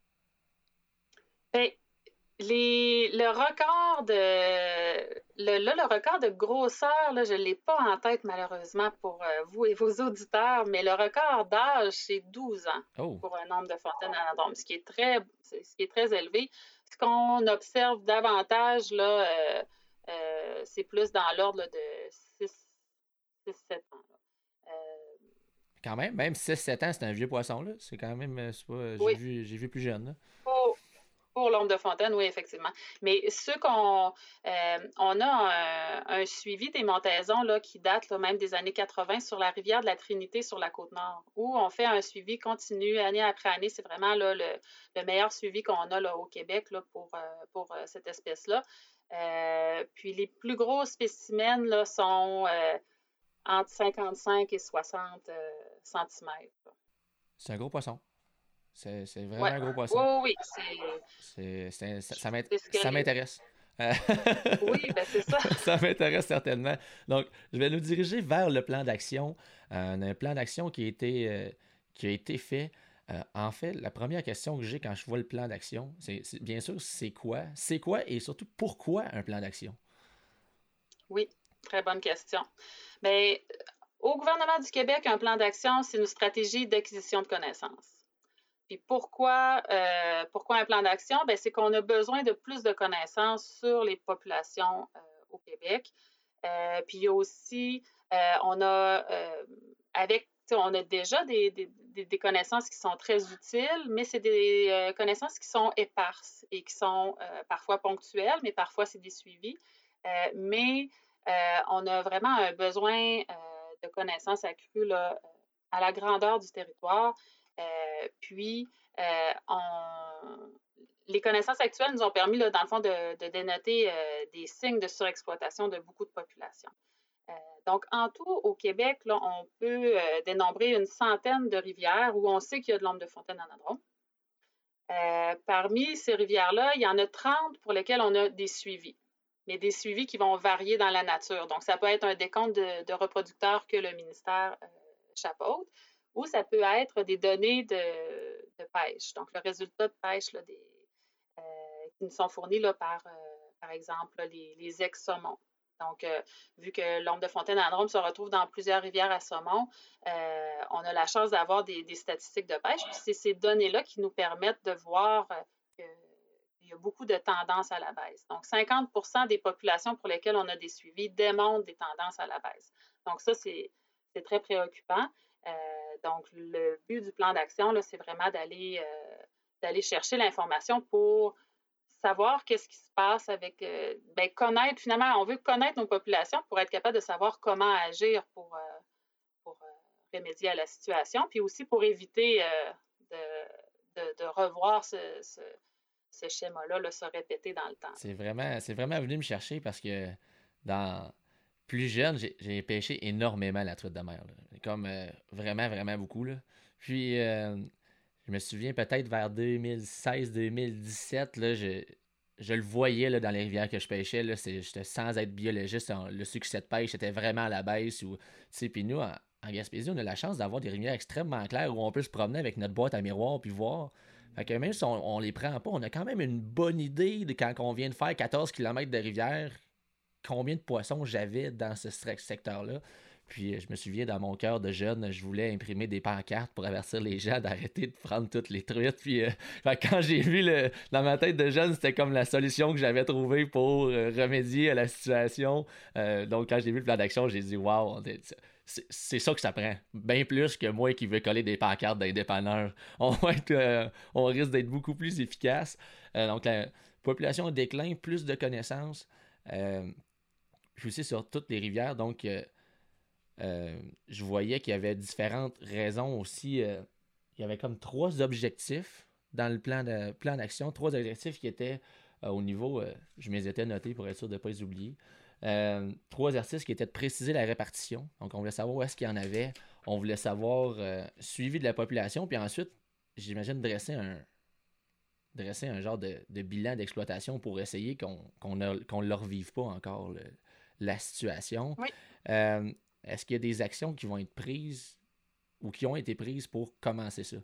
Ben, les, le record de le, là, le record de grosseur, là, je ne l'ai pas en tête malheureusement pour euh, vous et vos auditeurs, mais le record d'âge, c'est douze ans Oh, pour un nombre de fontaines anadromes, ce qui est très, ce qui est très élevé. Ce qu'on observe davantage, là, euh, euh, c'est plus dans l'ordre là, de six sept ans. Là. Euh, quand même. Même six sept ans, c'est un vieux poisson, là. C'est quand même... euh, c'est pas, j'ai oui, vu, j'ai vu plus jeune, là. pour, Pour l'ombre de fontaine, oui, effectivement. Mais ceux qu'on euh, on a un, un suivi des montaisons là, qui date là, même des années quatre-vingts sur la rivière de la Trinité sur la Côte-Nord, où on fait un suivi continu année après année. C'est vraiment là, le, le meilleur suivi qu'on a là, au Québec là, pour, euh, pour euh, cette espèce-là. Euh, puis les plus gros spécimens là, sont euh, entre cinquante-cinq et soixante euh, centimètres. C'est un gros poisson. C'est, c'est vraiment Ouais. un gros Oui, poisson. oui, oui, c'est C'est, c'est- ça, ça m'int- c'est ce que ça les... m'intéresse. Euh, Oui, ben c'est ça. ça m'intéresse certainement. Donc, je vais nous diriger vers le plan d'action. Euh, un plan d'action qui a été, euh, qui a été fait. Euh, en fait, la première question que j'ai quand je vois le plan d'action, c'est, c'est- bien sûr, c'est quoi? C'est quoi et surtout pourquoi un plan d'action? Oui, très bonne question. Bien, au gouvernement du Québec, un plan d'action, c'est une stratégie d'acquisition de connaissances. Puis pourquoi, euh, pourquoi un plan d'action? Bien, c'est qu'on a besoin de plus de connaissances sur les populations euh, au Québec. Euh, puis il y a aussi, euh, on a euh, avec, on a déjà des, des, des, connaissances qui sont très utiles, mais c'est des euh, connaissances qui sont éparses et qui sont euh, parfois ponctuelles, mais parfois c'est des suivis. Euh, mais euh, on a vraiment un besoin euh, de connaissances accrues là, à la grandeur du territoire. Euh, puis, euh, on, les connaissances actuelles nous ont permis, là, dans le fond, de, de dénoter euh, des signes de surexploitation de beaucoup de populations. Euh, donc, en tout, au Québec, là, on peut euh, dénombrer une centaine de rivières où on sait qu'il y a de l'ombre de fontaine anadrome. Euh, parmi ces rivières-là, il y en a trente pour lesquelles on a des suivis, mais des suivis qui vont varier dans la nature. Donc, ça peut être un décompte de, de reproducteurs que le ministère euh, chapeaute, ou ça peut être des données de, de pêche. Donc, le résultat de pêche là, des, euh, qui nous sont fournis là, par, euh, par exemple, là, les, les ex-saumons. Donc, euh, vu que l'ombre de fontaine anadrome se retrouve dans plusieurs rivières à saumon, euh, on a la chance d'avoir des, des statistiques de pêche. Puis c'est ces données-là qui nous permettent de voir euh, qu'il y a beaucoup de tendances à la baisse. Donc, cinquante pour cent des populations pour lesquelles on a des suivis démontrent des tendances à la baisse. Donc, ça, c'est, c'est très préoccupant. Euh, donc, le but du plan d'action, là, c'est vraiment d'aller, euh, d'aller chercher l'information pour savoir qu'est-ce qui se passe avec, euh, ben, connaître, finalement, on veut connaître nos populations pour être capable de savoir comment agir pour, euh, pour euh, remédier à la situation, puis aussi pour éviter euh, de, de, de revoir ce, ce, ce schéma-là là, se répéter dans le temps. C'est vraiment, c'est vraiment venu me chercher parce que dans plus jeune, j'ai, j'ai pêché énormément la truite de mer. Là. Comme euh, vraiment, vraiment beaucoup. Là. Puis euh, je me souviens peut-être vers deux mille seize deux mille dix-sept, là, je, je le voyais là, dans les rivières que je pêchais. Là, c'est, j'étais sans être biologiste, en- le succès de pêche était vraiment à la baisse. Ou, tu sais, puis nous, en, en Gaspésie, on a la chance d'avoir des rivières extrêmement claires où on peut se promener avec notre boîte à miroir puis voir. Fait que même si on, on les prend pas, on a quand même une bonne idée de quand on vient de faire quatorze kilomètres de rivière, combien de poissons j'avais dans ce stre- secteur-là. Puis euh, je me souviens, dans mon cœur de jeune, je voulais imprimer des pancartes pour avertir les gens d'arrêter de prendre toutes les truites. Puis euh, fait que quand j'ai vu le, dans ma tête de jeune, c'était comme la solution que j'avais trouvée pour euh, remédier à la situation. Euh, donc quand j'ai vu le plan d'action, j'ai dit waouh, c'est, c'est ça que ça prend. Bien plus que moi qui veux coller des pancartes dans les dépanneurs. On, va être, euh, on risque d'être beaucoup plus efficace. Euh, donc la population en déclin, plus de connaissances. Euh, je suis aussi sur toutes les rivières, donc euh, euh, je voyais qu'il y avait différentes raisons aussi. Euh, il y avait comme trois objectifs dans le plan, de, plan d'action, trois objectifs qui étaient euh, au niveau, euh, je me les étais notés pour être sûr de ne pas les oublier. Euh, trois exercices qui étaient de préciser la répartition. Donc, on voulait savoir où est-ce qu'il y en avait. On voulait savoir euh, suivi de la population. Puis ensuite, j'imagine dresser un, dresser un genre de, de bilan d'exploitation pour essayer qu'on qu'on ne qu'on leur vive pas encore le, la situation. Oui. Euh, est-ce qu'il y a des actions qui vont être prises ou qui ont été prises pour commencer ça?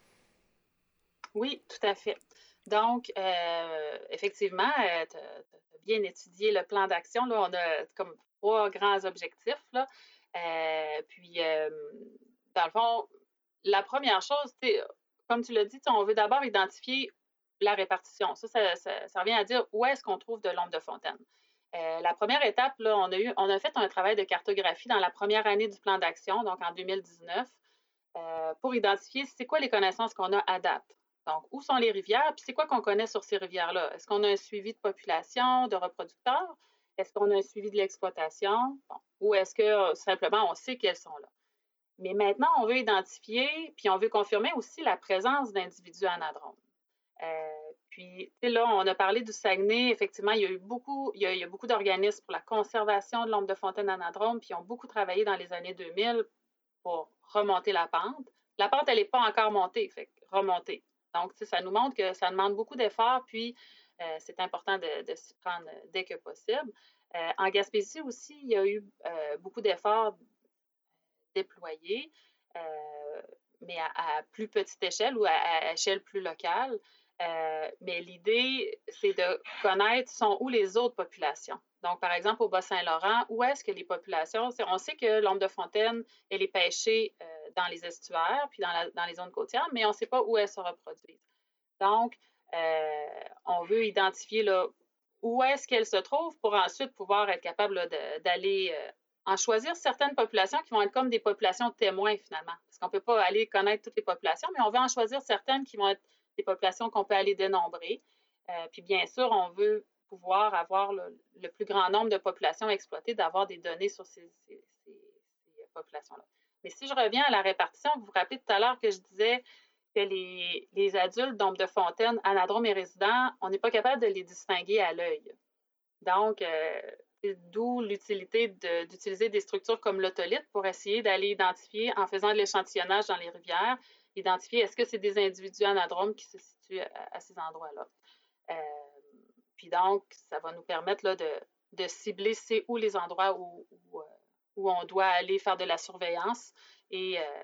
Oui, tout à fait. Donc, euh, effectivement, euh, tu as bien étudié le plan d'action. Là, on a comme trois grands objectifs. Là. Euh, puis, euh, dans le fond, la première chose, comme tu l'as dit, on veut d'abord identifier la répartition. Ça, ça, ça, ça revient à dire où est-ce qu'on trouve de l'ombre de fontaine. Euh, la première étape, là, on, a eu, on a fait un travail de cartographie dans la première année du plan d'action, donc en deux mille dix-neuf, euh, pour identifier c'est quoi les connaissances qu'on a à date. Donc, où sont les rivières, puis c'est quoi qu'on connaît sur ces rivières-là? Est-ce qu'on a un suivi de population, de reproducteurs? Est-ce qu'on a un suivi de l'exploitation? Bon. Ou est-ce que simplement on sait qu'elles sont là? Mais maintenant, on veut identifier, puis on veut confirmer aussi la présence d'individus anadromes. Euh, puis, tu sais, là, on a parlé du Saguenay. Effectivement, il y a eu beaucoup, il y a, il y a beaucoup d'organismes pour la conservation de l'ombre de fontaine anadrome, puis ils ont beaucoup travaillé dans les années deux mille pour remonter la pente. La pente, elle n'est pas encore montée, fait remonter. Donc, tu sais, ça nous montre que ça demande beaucoup d'efforts, puis euh, c'est important de, de s'y prendre dès que possible. Euh, en Gaspésie aussi, il y a eu euh, beaucoup d'efforts déployés, euh, mais à, à, plus petite échelle ou à, à échelle plus locale. Euh, mais l'idée, c'est de connaître sont où les autres populations. Donc, par exemple, au Bas-Saint-Laurent, où est-ce que les populations... On sait que l'ombre de fontaine, elle est pêchée euh, dans les estuaires, puis dans, la, dans les zones côtières, mais on ne sait pas où elle se reproduit. Donc, euh, on veut identifier là, où est-ce qu'elle se trouve pour ensuite pouvoir être capable là, de, d'aller euh, en choisir certaines populations qui vont être comme des populations témoins finalement. Parce qu'on ne peut pas aller connaître toutes les populations, mais on veut en choisir certaines qui vont être des populations qu'on peut aller dénombrer. Euh, puis bien sûr, on veut pouvoir avoir le, le, plus grand nombre de populations exploitées, d'avoir des données sur ces, ces, ces, ces populations-là. Mais si je reviens à la répartition, vous vous rappelez tout à l'heure que je disais que les, les adultes d'ombre de fontaine, anadromes et résidents, on n'est pas capable de les distinguer à l'œil. Donc, euh, d'où l'utilité de, d'utiliser des structures comme l'autolithe pour essayer d'aller identifier, en faisant de l'échantillonnage dans les rivières, identifier est-ce que c'est des individus anadromes qui se situent à, à ces endroits-là. Euh, puis donc, ça va nous permettre là, de, de cibler c'est où les endroits où, où, où on doit aller faire de la surveillance et euh,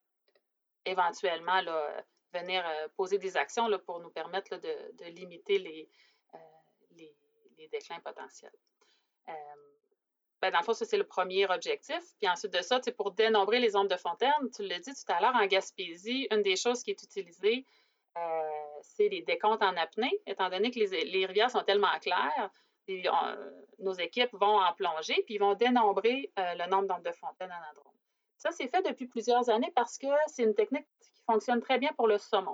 éventuellement là, venir euh, poser des actions là, pour nous permettre là, de, de limiter les, euh, les, les déclins potentiels. Euh, ben dans le fond, ça, c'est le premier objectif. Puis ensuite de ça, pour dénombrer les ombres de fontaine, tu l'as dit tout à l'heure, en Gaspésie, une des choses qui est utilisée, euh, c'est les décomptes en apnée, étant donné que les, les rivières sont tellement claires, et, euh, nos équipes vont en plonger, puis ils vont dénombrer euh, le nombre d'ombres de fontaine anadrome. Ça, c'est fait depuis plusieurs années parce que c'est une technique qui fonctionne très bien pour le saumon.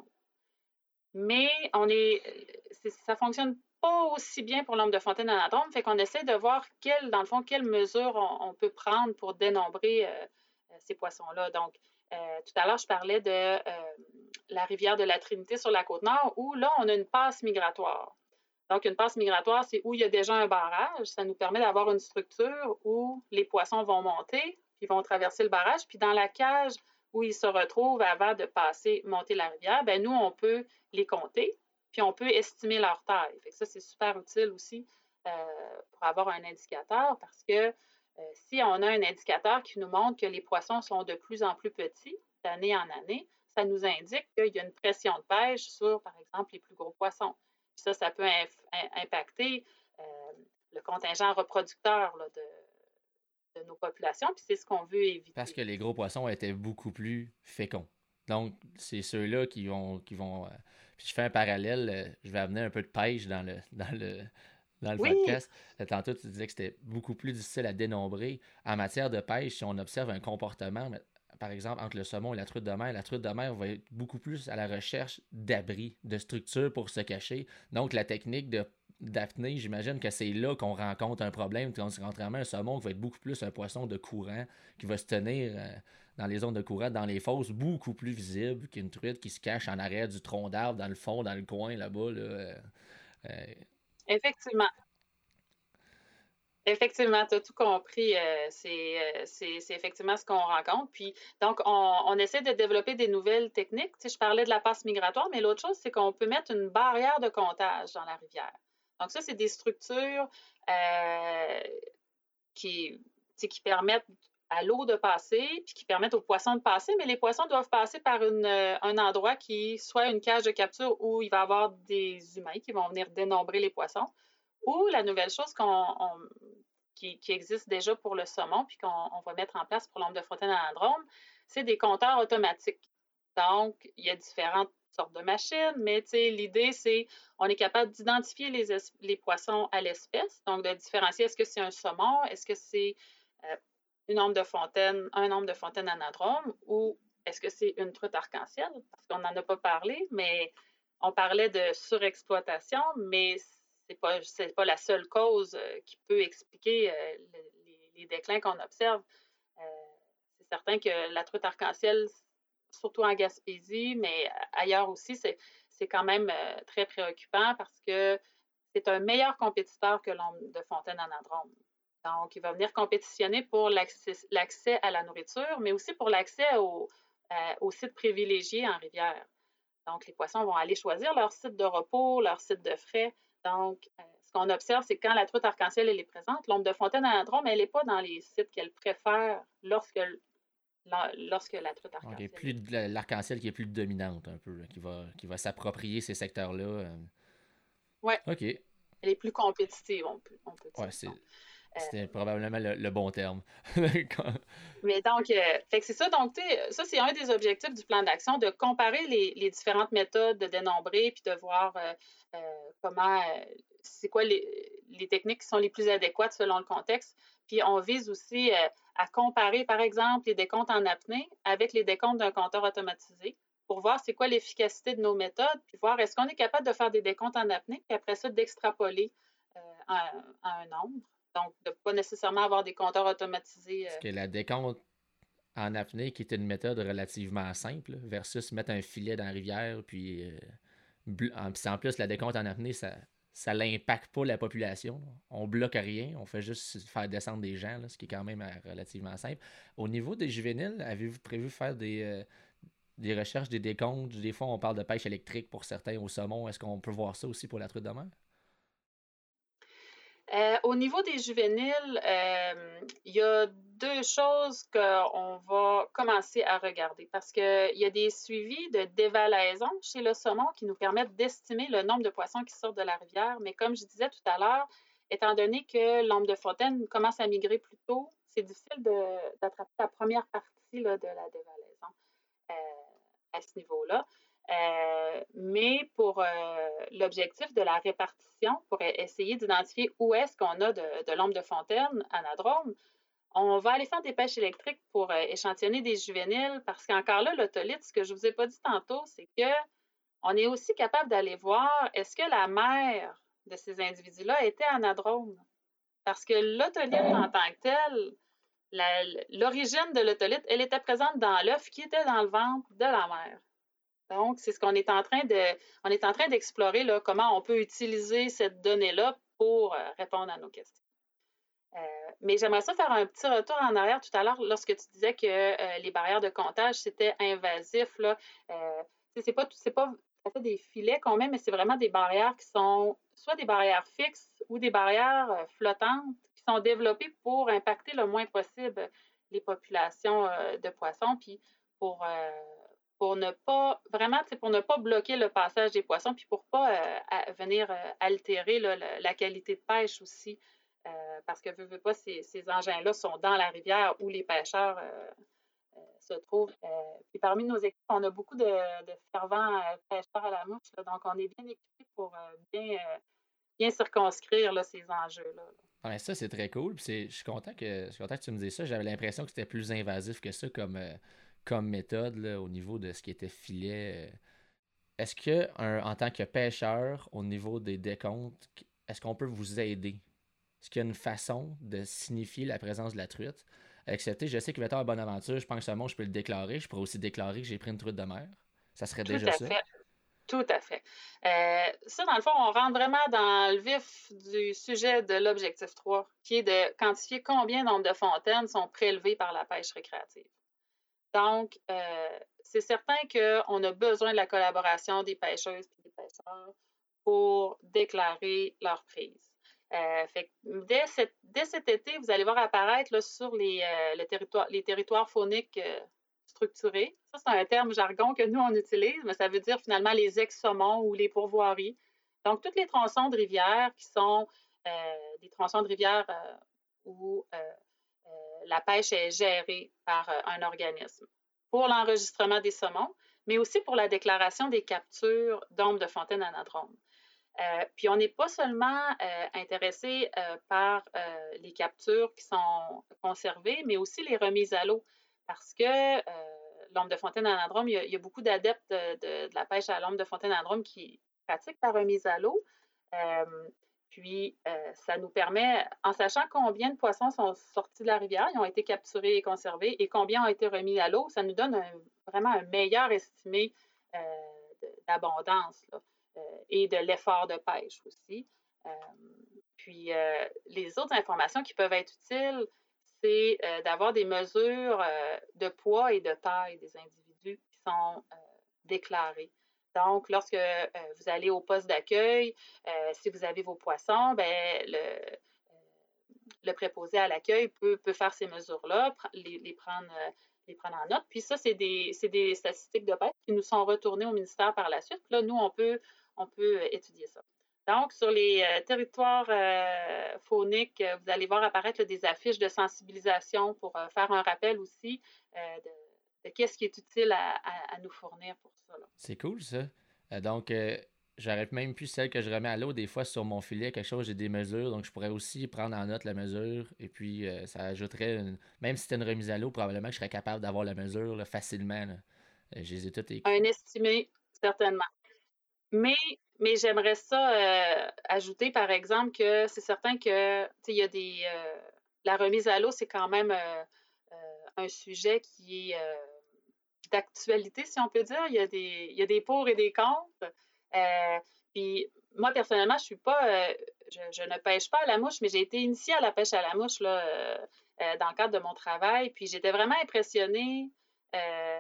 Mais on est, c'est, ça fonctionne pas aussi bien pour l'ombre de fontaine anadrome, fait qu'on essaie de voir quelle, dans le fond, quelles mesures on, on peut prendre pour dénombrer euh, ces poissons-là. Donc, euh, tout à l'heure, je parlais de euh, la rivière de la Trinité sur la Côte-Nord, où là, on a une passe migratoire. Donc, une passe migratoire, c'est où il y a déjà un barrage. Ça nous permet d'avoir une structure où les poissons vont monter, puis vont traverser le barrage, puis dans la cage où ils se retrouvent avant de passer, monter la rivière, ben nous, on peut les compter, puis on peut estimer leur taille. Fait que ça, c'est super utile aussi euh, pour avoir un indicateur, parce que euh, si on a un indicateur qui nous montre que les poissons sont de plus en plus petits d'année en année, ça nous indique qu'il y a une pression de pêche sur, par exemple, les plus gros poissons. Puis ça, ça peut impacter euh, le contingent reproducteur là, de, de nos populations, puis c'est ce qu'on veut éviter. Parce que les gros poissons étaient beaucoup plus féconds. Donc, c'est ceux-là qui vont... Qui vont euh... Puis je fais un parallèle, euh, je vais amener un peu de pêche dans le, dans le, dans le oui. podcast. Tantôt, tu disais que c'était beaucoup plus difficile à dénombrer. En matière de pêche, si on observe un comportement, par exemple, entre le saumon et la truite de mer, la truite de mer va être beaucoup plus à la recherche d'abris, de structures pour se cacher. Donc, la technique de d'apnée, j'imagine que c'est là qu'on rencontre un problème, contrairement à un saumon qui va être beaucoup plus un poisson de courant, qui va se tenir euh, dans les zones de courant, dans les fosses, beaucoup plus visible qu'une truite qui se cache en arrière du tronc d'arbre, dans le fond, dans le coin, là-bas. Là, euh, euh... Effectivement. Effectivement, tu as tout compris. Euh, c'est, euh, c'est, c'est effectivement ce qu'on rencontre. Puis, donc, on, on essaie de développer des nouvelles techniques. Tu sais, je parlais de la passe migratoire, mais l'autre chose, c'est qu'on peut mettre une barrière de comptage dans la rivière. Donc, ça, c'est des structures euh, qui, qui permettent à l'eau de passer, puis qui permettent aux poissons de passer, mais les poissons doivent passer par une, un endroit qui soit une cage de capture où il va y avoir des humains qui vont venir dénombrer les poissons. Ou la nouvelle chose qu'on, on, qui, qui existe déjà pour le saumon, puis qu'on on va mettre en place pour l'ombre de fontaine anadrome, c'est des compteurs automatiques. Donc, il y a différentes sortes de machines, mais l'idée, c'est on est capable d'identifier les, les poissons à l'espèce, donc de différencier est-ce que c'est un saumon, est-ce que c'est euh, une ombre de fontaine, un ombre de fontaine anadrome, ou est-ce que c'est une truite arc-en-ciel, parce qu'on n'en a pas parlé, mais on parlait de surexploitation, mais c'est pas, c'est pas la seule cause euh, qui peut expliquer euh, le, les, les déclins qu'on observe. Euh, c'est certain que la truite arc-en-ciel, surtout en Gaspésie, mais ailleurs aussi, c'est, c'est quand même euh, très préoccupant parce que c'est un meilleur compétiteur que l'ombre de fontaine anadrome. Donc, il va venir compétitionner pour l'accès, l'accès à la nourriture, mais aussi pour l'accès au, euh, aux sites privilégiés en rivière. Donc, les poissons vont aller choisir leur site de repos, leur site de frais. Donc, euh, ce qu'on observe, c'est que quand la truite arc-en-ciel elle est présente, l'ombre de fontaine anadrome, elle n'est pas dans les sites qu'elle préfère lorsque, lorsque la truite arc-en-ciel. Okay, plus de l'arc-en-ciel qui est plus dominante un peu, là, qui va, qui va s'approprier ces secteurs-là. Euh... Oui. OK. Elle est plus compétitive, on peut, on peut dire. Ouais, c'est... C'était euh, probablement le, le bon terme. Mais donc, euh, fait que c'est ça. Donc, ça, c'est un des objectifs du plan d'action, de comparer les, les différentes méthodes de dénombrer, puis de voir euh, euh, comment, euh, c'est quoi les, les techniques qui sont les plus adéquates selon le contexte. Puis, on vise aussi euh, à comparer, par exemple, les décomptes en apnée avec les décomptes d'un compteur automatisé pour voir c'est quoi l'efficacité de nos méthodes, puis voir est-ce qu'on est capable de faire des décomptes en apnée, puis après ça, d'extrapoler euh, à, à un nombre. Donc, de ne pas nécessairement avoir des compteurs automatisés. Euh... Parce que la décompte en apnée, qui est une méthode relativement simple, versus mettre un filet dans la rivière, puis euh, en, en plus, la décompte en apnée, ça ça n'impacte pas la population. On bloque rien, on fait juste faire descendre des gens, là, ce qui est quand même relativement simple. Au niveau des juvéniles, avez-vous prévu faire des, euh, des recherches, des décomptes? Des fois, on parle de pêche électrique pour certains au saumon. Est-ce qu'on peut voir ça aussi pour la truite de mer? Euh, au niveau des juvéniles, euh, il y a deux choses qu'on va commencer à regarder parce qu'il y a des suivis de dévalaison chez le saumon qui nous permettent d'estimer le nombre de poissons qui sortent de la rivière. Mais comme je disais tout à l'heure, étant donné que l'ombre de fontaine commence à migrer plus tôt, c'est difficile de, d'attraper la première partie là, de la dévalaison euh, à ce niveau-là. Euh, mais pour euh, l'objectif de la répartition, pour essayer d'identifier où est-ce qu'on a de, de l'ombre de fontaine anadrome, on va aller faire des pêches électriques pour euh, échantillonner des juvéniles parce qu'encore là, l'otolite, ce que je ne vous ai pas dit tantôt, c'est qu'on est aussi capable d'aller voir est-ce que la mère de ces individus-là était anadrome. Parce que l'otolite en tant que tel, la- l'origine de l'otolite, elle était présente dans l'œuf qui était dans le ventre de la mère. Donc, c'est ce qu'on est en train de, on est en train d'explorer, là, comment on peut utiliser cette donnée-là pour euh, répondre à nos questions. Euh, mais j'aimerais ça faire un petit retour en arrière tout à l'heure lorsque tu disais que euh, les barrières de comptage, c'était invasif. Là. Euh, c'est pas, c'est pas tout à fait des filets qu'on met, mais c'est vraiment des barrières qui sont soit des barrières fixes ou des barrières euh, flottantes qui sont développées pour impacter le moins possible les populations euh, de poissons, puis pour, euh, pour ne pas, vraiment, pour ne pas bloquer le passage des poissons, puis pour pas euh, à, venir euh, altérer là, la, la qualité de pêche aussi. Euh, parce que, veux, veux pas, ces, ces engins-là sont dans la rivière où les pêcheurs euh, euh, se trouvent. Euh, puis parmi nos équipes, on a beaucoup de, de fervents euh, pêcheurs à la mouche, là, donc on est bien équipés pour euh, bien, euh, bien circonscrire là, ces enjeux-là. Là. Ouais, ça, c'est très cool. Puis c'est- je suis content que, je suis content que tu me dises ça. J'avais l'impression que c'était plus invasif que ça comme, euh, comme méthode là, au niveau de ce qui était filet. euh. Est-ce que, un- en tant que pêcheur, au niveau des décomptes, est-ce qu'on peut vous aider? Est-ce qu'il y a une façon de signifier la présence de la truite? Excepté, je sais que Vecteur à Bonaventure, je pense que ce mot, je peux le déclarer. Je pourrais aussi déclarer que j'ai pris une truite de mer. Ça serait Tout déjà à ça. fait. Tout à fait. Euh, ça, dans le fond, on rentre vraiment dans le vif du sujet de l'objectif trois, qui est de quantifier combien de nombre de fontaines sont prélevées par la pêche récréative. Donc, euh, c'est certain qu'on a besoin de la collaboration des pêcheuses et des pêcheurs pour déclarer leur prise. Euh, fait que dès, cette- dès cet été, vous allez voir apparaître là, sur les, euh, le territoire, les territoires fauniques euh, structurés. Ça, c'est un terme jargon que nous, on utilise, mais ça veut dire finalement les ex-saumons ou les pourvoiries. Donc, toutes les tronçons de rivière qui sont euh, des tronçons de rivière euh, où euh, euh, la pêche est gérée par euh, un organisme pour l'enregistrement des saumons, mais aussi pour la déclaration des captures d'ombres de fontaine anadrome. Euh, puis on n'est pas seulement euh, intéressé euh, par euh, les captures qui sont conservées, mais aussi les remises à l'eau, parce que euh, l'ombre de fontaine anadrome, il y a, il y a beaucoup d'adeptes de, de, de la pêche à l'ombre de fontaine anadrome qui pratiquent la remise à l'eau. Euh, puis, euh, ça nous permet, en sachant combien de poissons sont sortis de la rivière, ils ont été capturés et conservés, et combien ont été remis à l'eau, ça nous donne un, vraiment un meilleur estimé euh, d'abondance là, euh, et de l'effort de pêche aussi. Euh, puis, euh, les autres informations qui peuvent être utiles, c'est euh, d'avoir des mesures euh, de poids et de taille des individus qui sont euh, déclarés. Donc, lorsque euh, vous allez au poste d'accueil, euh, si vous avez vos poissons, ben, le, euh, le préposé à l'accueil peut, peut faire ces mesures-là, les, les, prendre, euh, les prendre en note. Puis ça, c'est des, c'est des statistiques de pêche qui nous sont retournées au ministère par la suite. Puis là, nous, on peut, on peut étudier ça. Donc, sur les euh, territoires euh, fauniques, euh, vous allez voir apparaître là, des affiches de sensibilisation pour euh, faire un rappel aussi euh, de, de qu'est-ce qui est utile à, à, à nous fournir pour ça. Là. C'est cool, ça. Euh, donc, euh, j'aurais même pu celle que je remets à l'eau. Des fois, sur mon filet, quelque chose, j'ai des mesures. Donc, je pourrais aussi prendre en note la mesure. Et puis, euh, ça ajouterait, une... même si c'était une remise à l'eau, probablement que je serais capable d'avoir la mesure là, facilement. Là. Euh, je les ai toutes écrites. Un estimé, certainement. Mais, mais j'aimerais ça euh, ajouter, par exemple, que c'est certain que il y a des. Euh, la remise à l'eau, c'est quand même euh, euh, un sujet qui est euh, d'actualité, si on peut dire. Il y a des, il y a des pour et des contre. Euh, puis moi, personnellement, je suis pas. Euh, je, je ne pêche pas à la mouche, mais j'ai été initiée à la pêche à la mouche là, euh, euh, dans le cadre de mon travail. Puis j'étais vraiment impressionnée. Euh,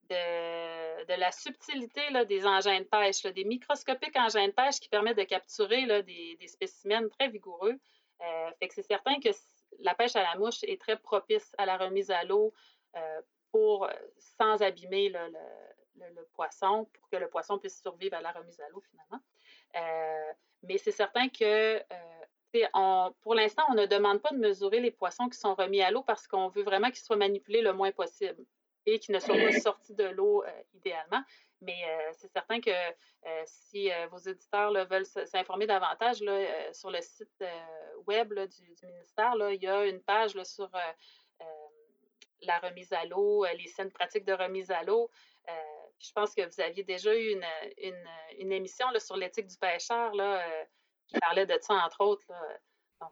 de, de la subtilité là, des engins de pêche, là, des microscopiques engins de pêche qui permettent de capturer là, des, des spécimens très vigoureux. Euh, fait que c'est certain que la pêche à la mouche est très propice à la remise à l'eau euh, pour, sans abîmer là, le, le, le poisson, pour que le poisson puisse survivre à la remise à l'eau finalement. Euh, mais c'est certain que euh, on, pour l'instant, on ne demande pas de mesurer les poissons qui sont remis à l'eau parce qu'on veut vraiment qu'ils soient manipulés le moins possible et qui ne soient pas sortis de l'eau euh, idéalement. Mais euh, c'est certain que euh, si euh, vos éditeurs là, veulent s'informer davantage là, euh, sur le site euh, web là, du, du ministère, là, il y a une page là, sur euh, euh, la remise à l'eau, les saines pratiques de remise à l'eau. Euh, je pense que vous aviez déjà eu une, une, une émission là, sur l'éthique du pêcheur là, euh, qui parlait de ça, entre autres. Là. Donc,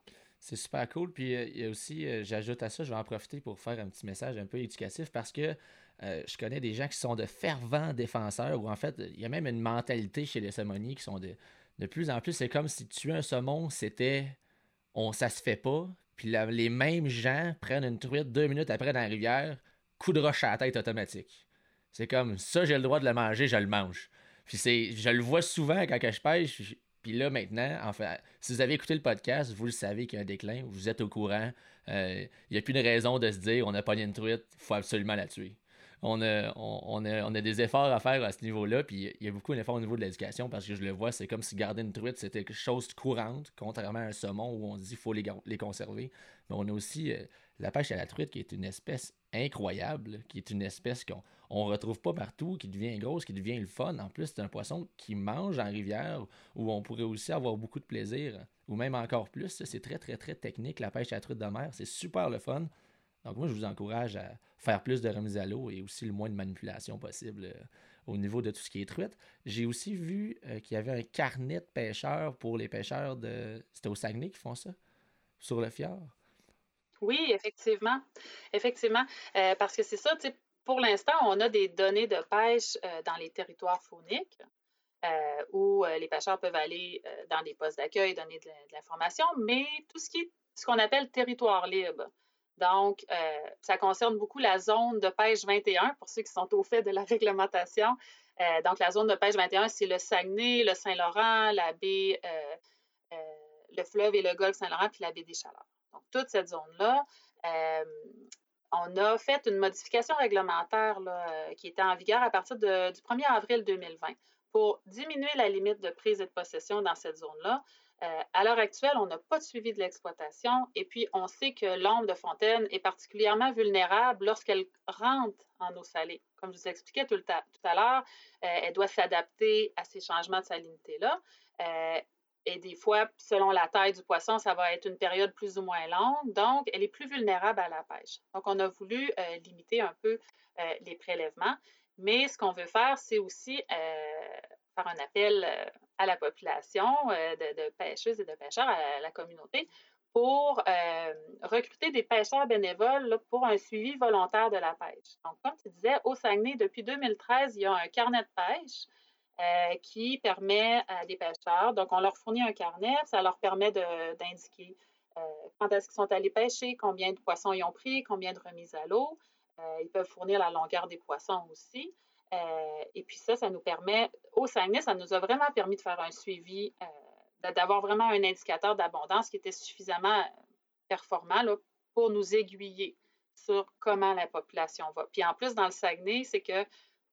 C'est super cool. Puis euh, il y a aussi, euh, j'ajoute à ça, je vais en profiter pour faire un petit message un peu éducatif parce que euh, je connais des gens qui sont de fervents défenseurs ou en fait, il y a même une mentalité chez les saumoniers qui sont de, de plus en plus, c'est comme si tuer un saumon, c'était on ça se fait pas. Puis la- les mêmes gens prennent une truite deux minutes après dans la rivière, coup de roche à la tête automatique. C'est comme ça, j'ai le droit de le manger, je le mange. Puis c'est, je le vois souvent quand que je pêche. j- Puis là, maintenant, enfin, si vous avez écouté le podcast, vous le savez qu'il y a un déclin, vous êtes au courant. Il n'y a plus de raison de se dire on a pogné une truite, il faut absolument la tuer. On a, on, on a, on a des efforts à faire à ce niveau-là, puis il y a beaucoup d'efforts au niveau de l'éducation parce que je le vois, c'est comme si garder une truite c'était quelque chose de courante, contrairement à un saumon où on se dit qu'il faut les, gar- les conserver. Mais on a aussi euh, la pêche à la truite qui est une espèce incroyable, qui est une espèce qu'on on retrouve pas partout, qui devient grosse, qui devient le fun. En plus, c'est un poisson qui mange en rivière où on pourrait aussi avoir beaucoup de plaisir, ou même encore plus. C'est très, très, très technique, la pêche à la truite de mer. C'est super le fun. Donc moi, je vous encourage à faire plus de remise à l'eau et aussi le moins de manipulation possible euh, au niveau de tout ce qui est truite. J'ai aussi vu euh, qu'il y avait un carnet de pêcheurs pour les pêcheurs de... C'était au Saguenay qui font ça, sur le fjord. Oui, effectivement. Effectivement. Euh, parce que c'est ça, tu sais, pour l'instant, on a des données de pêche euh, dans les territoires fauniques euh, où euh, les pêcheurs peuvent aller euh, dans des postes d'accueil, donner de, de l'information, mais tout ce qui est ce qu'on appelle territoire libre. Donc, euh, ça concerne beaucoup la zone de pêche vingt et un, pour ceux qui sont au fait de la réglementation. Euh, donc, la zone de pêche vingt et un, c'est le Saguenay, le Saint-Laurent, la baie, euh, euh, le fleuve et le golfe Saint-Laurent, puis la baie des Chaleurs. Donc, toute cette zone-là, euh, on a fait une modification réglementaire là, euh, qui était en vigueur à partir de, du premier avril deux mille vingt pour diminuer la limite de prise et de possession dans cette zone-là. Euh, à l'heure actuelle, on n'a pas de suivi de l'exploitation et puis on sait que l'ombre de fontaine est particulièrement vulnérable lorsqu'elle rentre en eau salée. Comme je vous expliquais tout, le tout à l'heure, euh, elle doit s'adapter à ces changements de salinité-là. Euh, et des fois, selon la taille du poisson, ça va être une période plus ou moins longue. Donc, elle est plus vulnérable à la pêche. Donc, on a voulu euh, limiter un peu euh, les prélèvements. Mais ce qu'on veut faire, c'est aussi euh, faire un appel euh, à la population euh, de, de pêcheuses et de pêcheurs, à la communauté, pour euh, recruter des pêcheurs bénévoles là, pour un suivi volontaire de la pêche. Donc, comme tu disais, au Saguenay, depuis deux mille treize, il y a un carnet de pêche euh, qui permet à des pêcheurs, donc on leur fournit un carnet, ça leur permet de, d'indiquer euh, quand est-ce qu'ils sont allés pêcher, combien de poissons ils ont pris, combien de remises à l'eau. Euh, ils peuvent fournir la longueur des poissons aussi. Euh, et puis ça, ça nous permet, au Saguenay, ça nous a vraiment permis de faire un suivi, euh, d'avoir vraiment un indicateur d'abondance qui était suffisamment performant là, pour nous aiguiller sur comment la population va. Puis en plus, dans le Saguenay, c'est que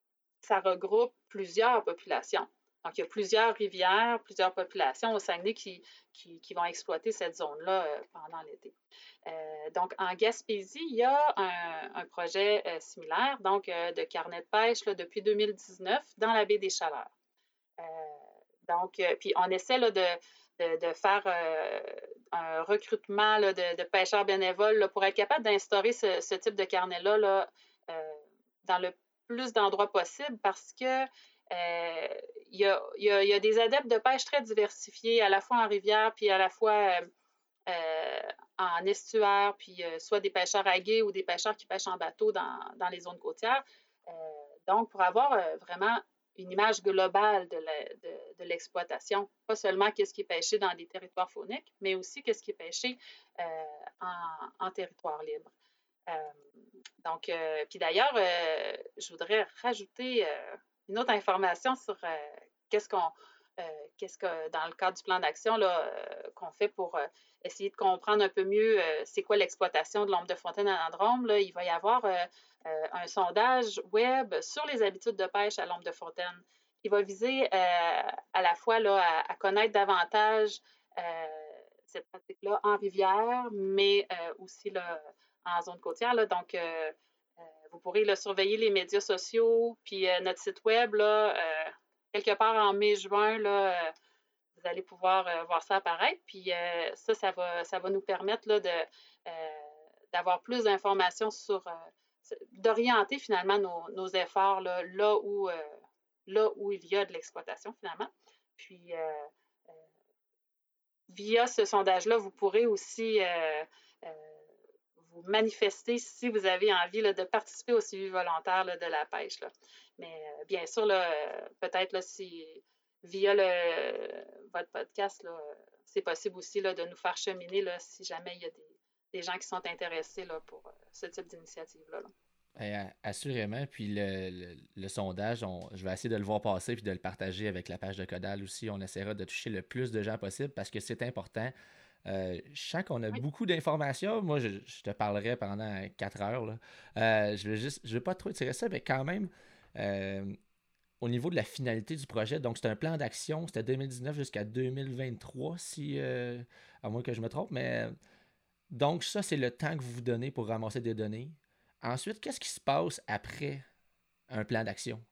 ça regroupe plusieurs populations. Donc, il y a plusieurs rivières, plusieurs populations au Saguenay qui, qui, qui vont exploiter cette zone-là euh, pendant l'été. Euh, donc, en Gaspésie, il y a un, un projet euh, similaire, donc euh, de carnet de pêche là, depuis deux mille dix-neuf dans la baie des Chaleurs. Euh, donc, euh, puis on essaie là, de, de, de faire euh, un recrutement là, de, de pêcheurs bénévoles là, pour être capable d'instaurer ce, ce type de carnet-là là, euh, dans le plus d'endroits possible parce que euh, il y, a, y, a, y a des adeptes de pêche très diversifiés, à la fois en rivière, puis à la fois euh, euh, en estuaire, puis euh, soit des pêcheurs à gué ou des pêcheurs qui pêchent en bateau dans, dans les zones côtières. Euh, donc, pour avoir euh, vraiment une image globale de, la, de, de l'exploitation, pas seulement qu'est-ce qui est pêché dans des territoires fauniques, mais aussi qu'est-ce qui est pêché euh, en, en territoire libre. Euh, donc, euh, puis d'ailleurs, euh, je voudrais rajouter euh, une autre information sur euh, qu'est-ce qu'on, euh, qu'est-ce que dans le cadre du plan d'action là, euh, qu'on fait pour euh, essayer de comprendre un peu mieux euh, c'est quoi l'exploitation de l'ombre de fontaine à Androme. Là, il va y avoir euh, euh, un sondage web sur les habitudes de pêche à l'ombre de fontaine qui va viser euh, à la fois là, à, à connaître davantage euh, cette pratique-là en rivière, mais euh, aussi là, en zone côtière. Là, donc, euh, euh, vous pourrez là, surveiller les médias sociaux, puis euh, notre site web, là, euh, quelque part en mai-juin, là, euh, vous allez pouvoir euh, voir ça apparaître. Puis euh, ça, ça va, ça va nous permettre là, de, euh, d'avoir plus d'informations sur, euh, d'orienter finalement nos, nos efforts là, là, où, euh, là où il y a de l'exploitation finalement. Puis euh, via ce sondage-là, vous pourrez aussi euh, euh, vous manifester si vous avez envie là, de participer au suivi volontaire là, de la pêche. Là. Mais euh, bien sûr, là, euh, peut-être là, si via le, votre podcast, là, c'est possible aussi là, de nous faire cheminer là, si jamais il y a des, des gens qui sont intéressés là, pour euh, ce type d'initiative-là. Là. Eh, assurément. Puis le, le, le sondage, on, je vais essayer de le voir passer puis de le partager avec la page de Codal aussi. On essaiera de toucher le plus de gens possible parce que c'est important. Euh, je sens qu'on a oui. beaucoup d'informations. Moi, je, je te parlerai pendant quatre heures. Là. Euh, je ne vais, vais pas trop tirer ça, mais quand même, euh, au niveau de la finalité du projet, donc c'est un plan d'action, c'était deux mille dix-neuf jusqu'à deux mille vingt-trois, si, euh, à moins que je me trompe. Mais donc, ça, c'est le temps que vous vous donnez pour ramasser des données. Ensuite, qu'est-ce qui se passe après un plan d'action?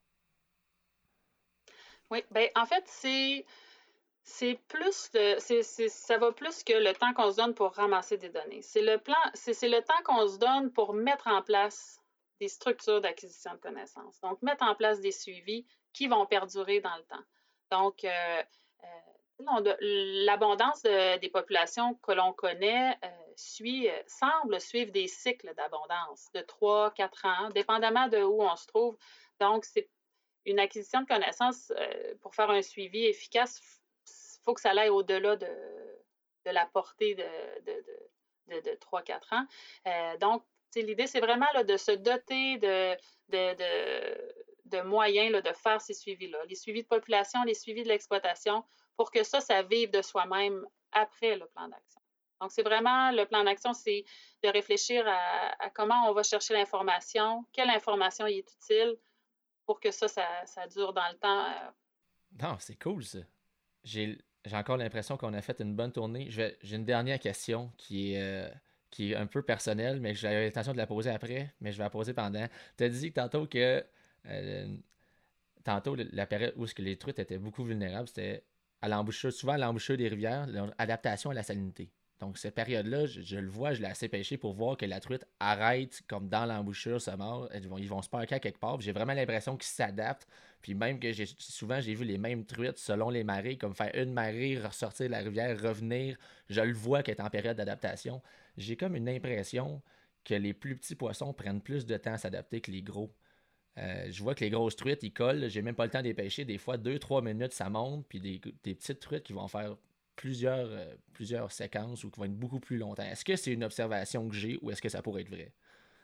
Oui, bien, en fait, c'est. C'est plus de, c'est, c'est, ça va plus que le temps qu'on se donne pour ramasser des données. C'est le plan, c'est, c'est le temps qu'on se donne pour mettre en place des structures d'acquisition de connaissances. Donc, mettre en place des suivis qui vont perdurer dans le temps. Donc, euh, euh, on, l'abondance de, des populations que l'on connaît euh, suit, euh, semble suivre des cycles d'abondance de trois à quatre ans, dépendamment de où on se trouve. Donc, c'est une acquisition de connaissances euh, pour faire un suivi efficace. Il faut que ça aille au-delà de, de la portée de, de, de, de, de trois à quatre ans. Euh, donc, l'idée, c'est vraiment là, de se doter de, de, de, de moyens là, de faire ces suivis-là. Les suivis de population, les suivis de l'exploitation, pour que ça, ça vive de soi-même après le plan d'action. Donc, c'est vraiment, le plan d'action, c'est de réfléchir à, à comment on va chercher l'information, quelle information y est utile pour que ça, ça, ça dure dans le temps. Non, c'est cool, ça. J'ai... J'ai encore l'impression qu'on a fait une bonne tournée. Je vais, j'ai une dernière question qui est, euh, qui est un peu personnelle, mais j'avais l'intention de la poser après, mais je vais la poser pendant. Tu as dit tantôt que euh, tantôt, la période où les truites étaient beaucoup vulnérables, c'était à l'embouchure, souvent à l'embouchure des rivières, l'adaptation à la salinité. Donc, cette période-là, je, je le vois, je l'ai assez pêché pour voir que la truite arrête comme dans l'embouchure, se mord. Ils vont, ils vont se parquer à quelque part. Puis j'ai vraiment l'impression qu'ils s'adaptent. Puis même que j'ai, souvent, j'ai vu les mêmes truites selon les marées, comme faire une marée, ressortir de la rivière, revenir. Je le vois qu'elle est en période d'adaptation. J'ai comme une impression que les plus petits poissons prennent plus de temps à s'adapter que les gros. Euh, je vois que les grosses truites, ils collent. J'ai même pas le temps de les pêcher. Des fois, deux trois minutes, ça monte. Puis des, des petites truites qui vont faire plusieurs, euh, plusieurs séquences ou qui vont être beaucoup plus longtemps. Est-ce que c'est une observation que j'ai ou est-ce que ça pourrait être vrai?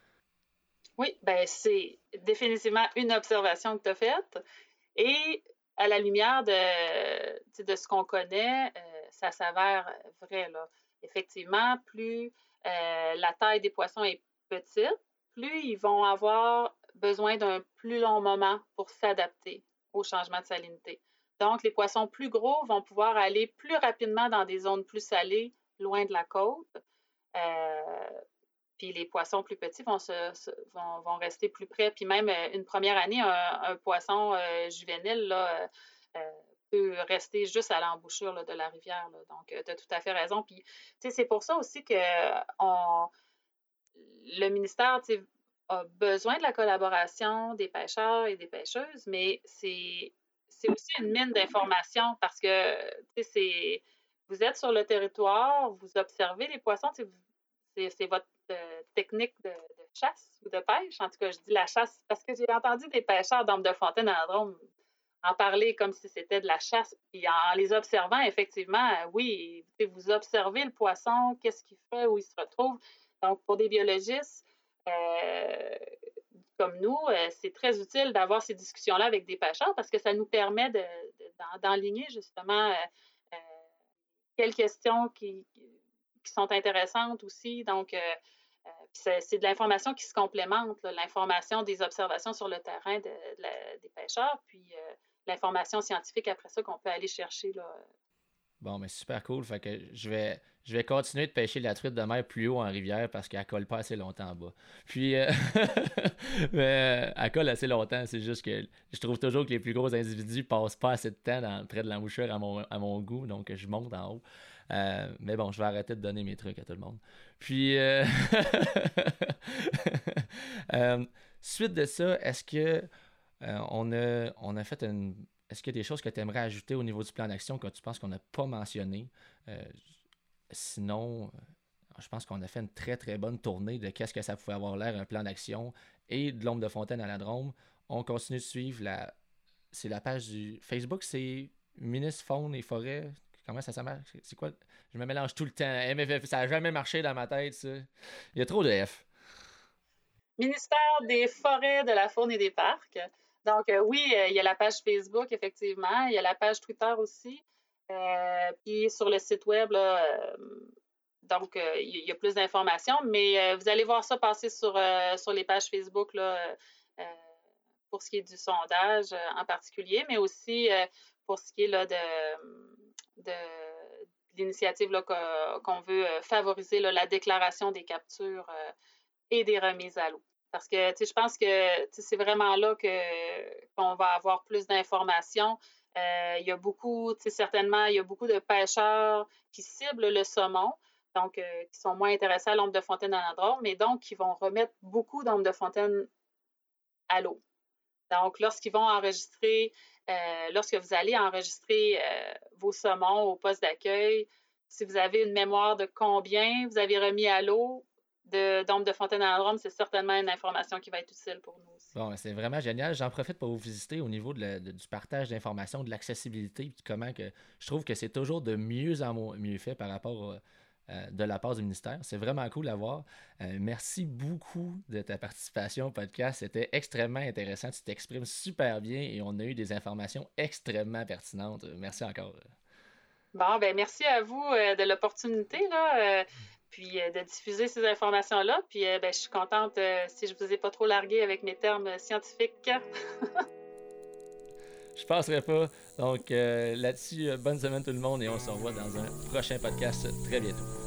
Oui, ben c'est définitivement une observation que tu as faite. Et à la lumière de, de ce qu'on connaît, euh, ça s'avère vrai. Là. Effectivement, plus euh, la taille des poissons est petite, plus ils vont avoir besoin d'un plus long moment pour s'adapter au changement de salinité. Donc, les poissons plus gros vont pouvoir aller plus rapidement dans des zones plus salées, loin de la côte. Euh, puis les poissons plus petits vont, se, se, vont, vont rester plus près. Puis même une première année, un, un poisson euh, juvénile là, euh, peut rester juste à l'embouchure là, de la rivière. Là. Donc, tu as tout à fait raison. Puis, c'est pour ça aussi que on, le ministère a besoin de la collaboration des pêcheurs et des pêcheuses, mais c'est c'est aussi une mine d'informations parce que c'est, vous êtes sur le territoire, vous observez les poissons, c'est, c'est votre euh, technique de, de chasse ou de pêche. En tout cas, je dis la chasse parce que j'ai entendu des pêcheurs d'Orme de Fontaine à Drôme en parler comme si c'était de la chasse. Puis en les observant, effectivement, oui, vous observez le poisson, qu'est-ce qu'il fait, où il se retrouve. Donc, pour des biologistes euh, comme nous, euh, c'est très utile d'avoir ces discussions-là avec des pêcheurs parce que ça nous permet de, de, d'enligner justement euh, euh, quelles questions qui, qui sont intéressantes aussi. Donc, euh, euh, c'est, c'est de l'information qui se complémente, là, l'information des observations sur le terrain de, de la, des pêcheurs, puis euh, l'information scientifique après ça qu'on peut aller chercher là. Bon, mais super cool. Fait que je vais, je vais continuer de pêcher la truite de mer plus haut en rivière parce qu'elle colle pas assez longtemps en bas. Puis, euh, mais, elle colle assez longtemps. C'est juste que je trouve toujours que les plus gros individus passent pas assez de temps dans, près de l'embouchure à mon, à mon goût. Donc, je monte en haut. Euh, mais bon, je vais arrêter de donner mes trucs à tout le monde. Puis, euh... euh, suite de ça, est-ce que euh, on, a, on a fait une... Est-ce qu'il y a des choses que tu aimerais ajouter au niveau du plan d'action que tu penses qu'on n'a pas mentionné? Euh, sinon, je pense qu'on a fait une très très bonne tournée de qu'est-ce que ça pouvait avoir l'air, un plan d'action et de l'ombre de fontaine à la Drôme. On continue de suivre la... C'est la page du Facebook, c'est Ministre Faune et Forêt. Comment ça, ça marche? C'est quoi? Je me mélange tout le temps. M F F, ça n'a jamais marché dans ma tête, ça. Il y a trop de F. Ministère des Forêts, de la Faune et des Parcs. Donc, euh, oui, euh, il y a la page Facebook, effectivement. Il y a la page Twitter aussi. Euh, puis sur le site web, là, euh, donc, euh, il y a plus d'informations. Mais euh, vous allez voir ça passer sur, euh, sur les pages Facebook, là, euh, pour ce qui est du sondage euh, en particulier, mais aussi euh, pour ce qui est là, de, de, de l'initiative là, qu'on, qu'on veut favoriser là, la déclaration des captures euh, et des remises à l'eau. Parce que je pense que c'est vraiment là que, qu'on va avoir plus d'informations. Euh, il y a beaucoup, certainement, il y a beaucoup de pêcheurs qui ciblent le saumon, donc euh, qui sont moins intéressés à l'ombre de fontaine anadrome, mais donc qui vont remettre beaucoup d'ombre de fontaine à l'eau. Donc, lorsqu'ils vont enregistrer, euh, lorsque vous allez enregistrer euh, vos saumons au poste d'accueil, si vous avez une mémoire de combien vous avez remis à l'eau de, d'ombre de fontaine anadrome, c'est certainement une information qui va être utile pour nous aussi. Bon, c'est vraiment génial. J'en profite pour vous visiter au niveau de la, de, du partage d'informations, de l'accessibilité, puis comment que je trouve que c'est toujours de mieux en mieux fait par rapport à, euh, de la part du ministère. C'est vraiment cool à voir. Euh, merci beaucoup de ta participation au podcast. C'était extrêmement intéressant. Tu t'exprimes super bien et on a eu des informations extrêmement pertinentes. Merci encore. Bon, ben merci à vous euh, de l'opportunité, là. Euh, puis euh, de diffuser ces informations-là. Puis euh, ben, je suis contente euh, si je vous ai pas trop largué avec mes termes scientifiques. Je penserais pas. Donc euh, là-dessus, euh, bonne semaine tout le monde et on se revoit dans un prochain podcast très bientôt.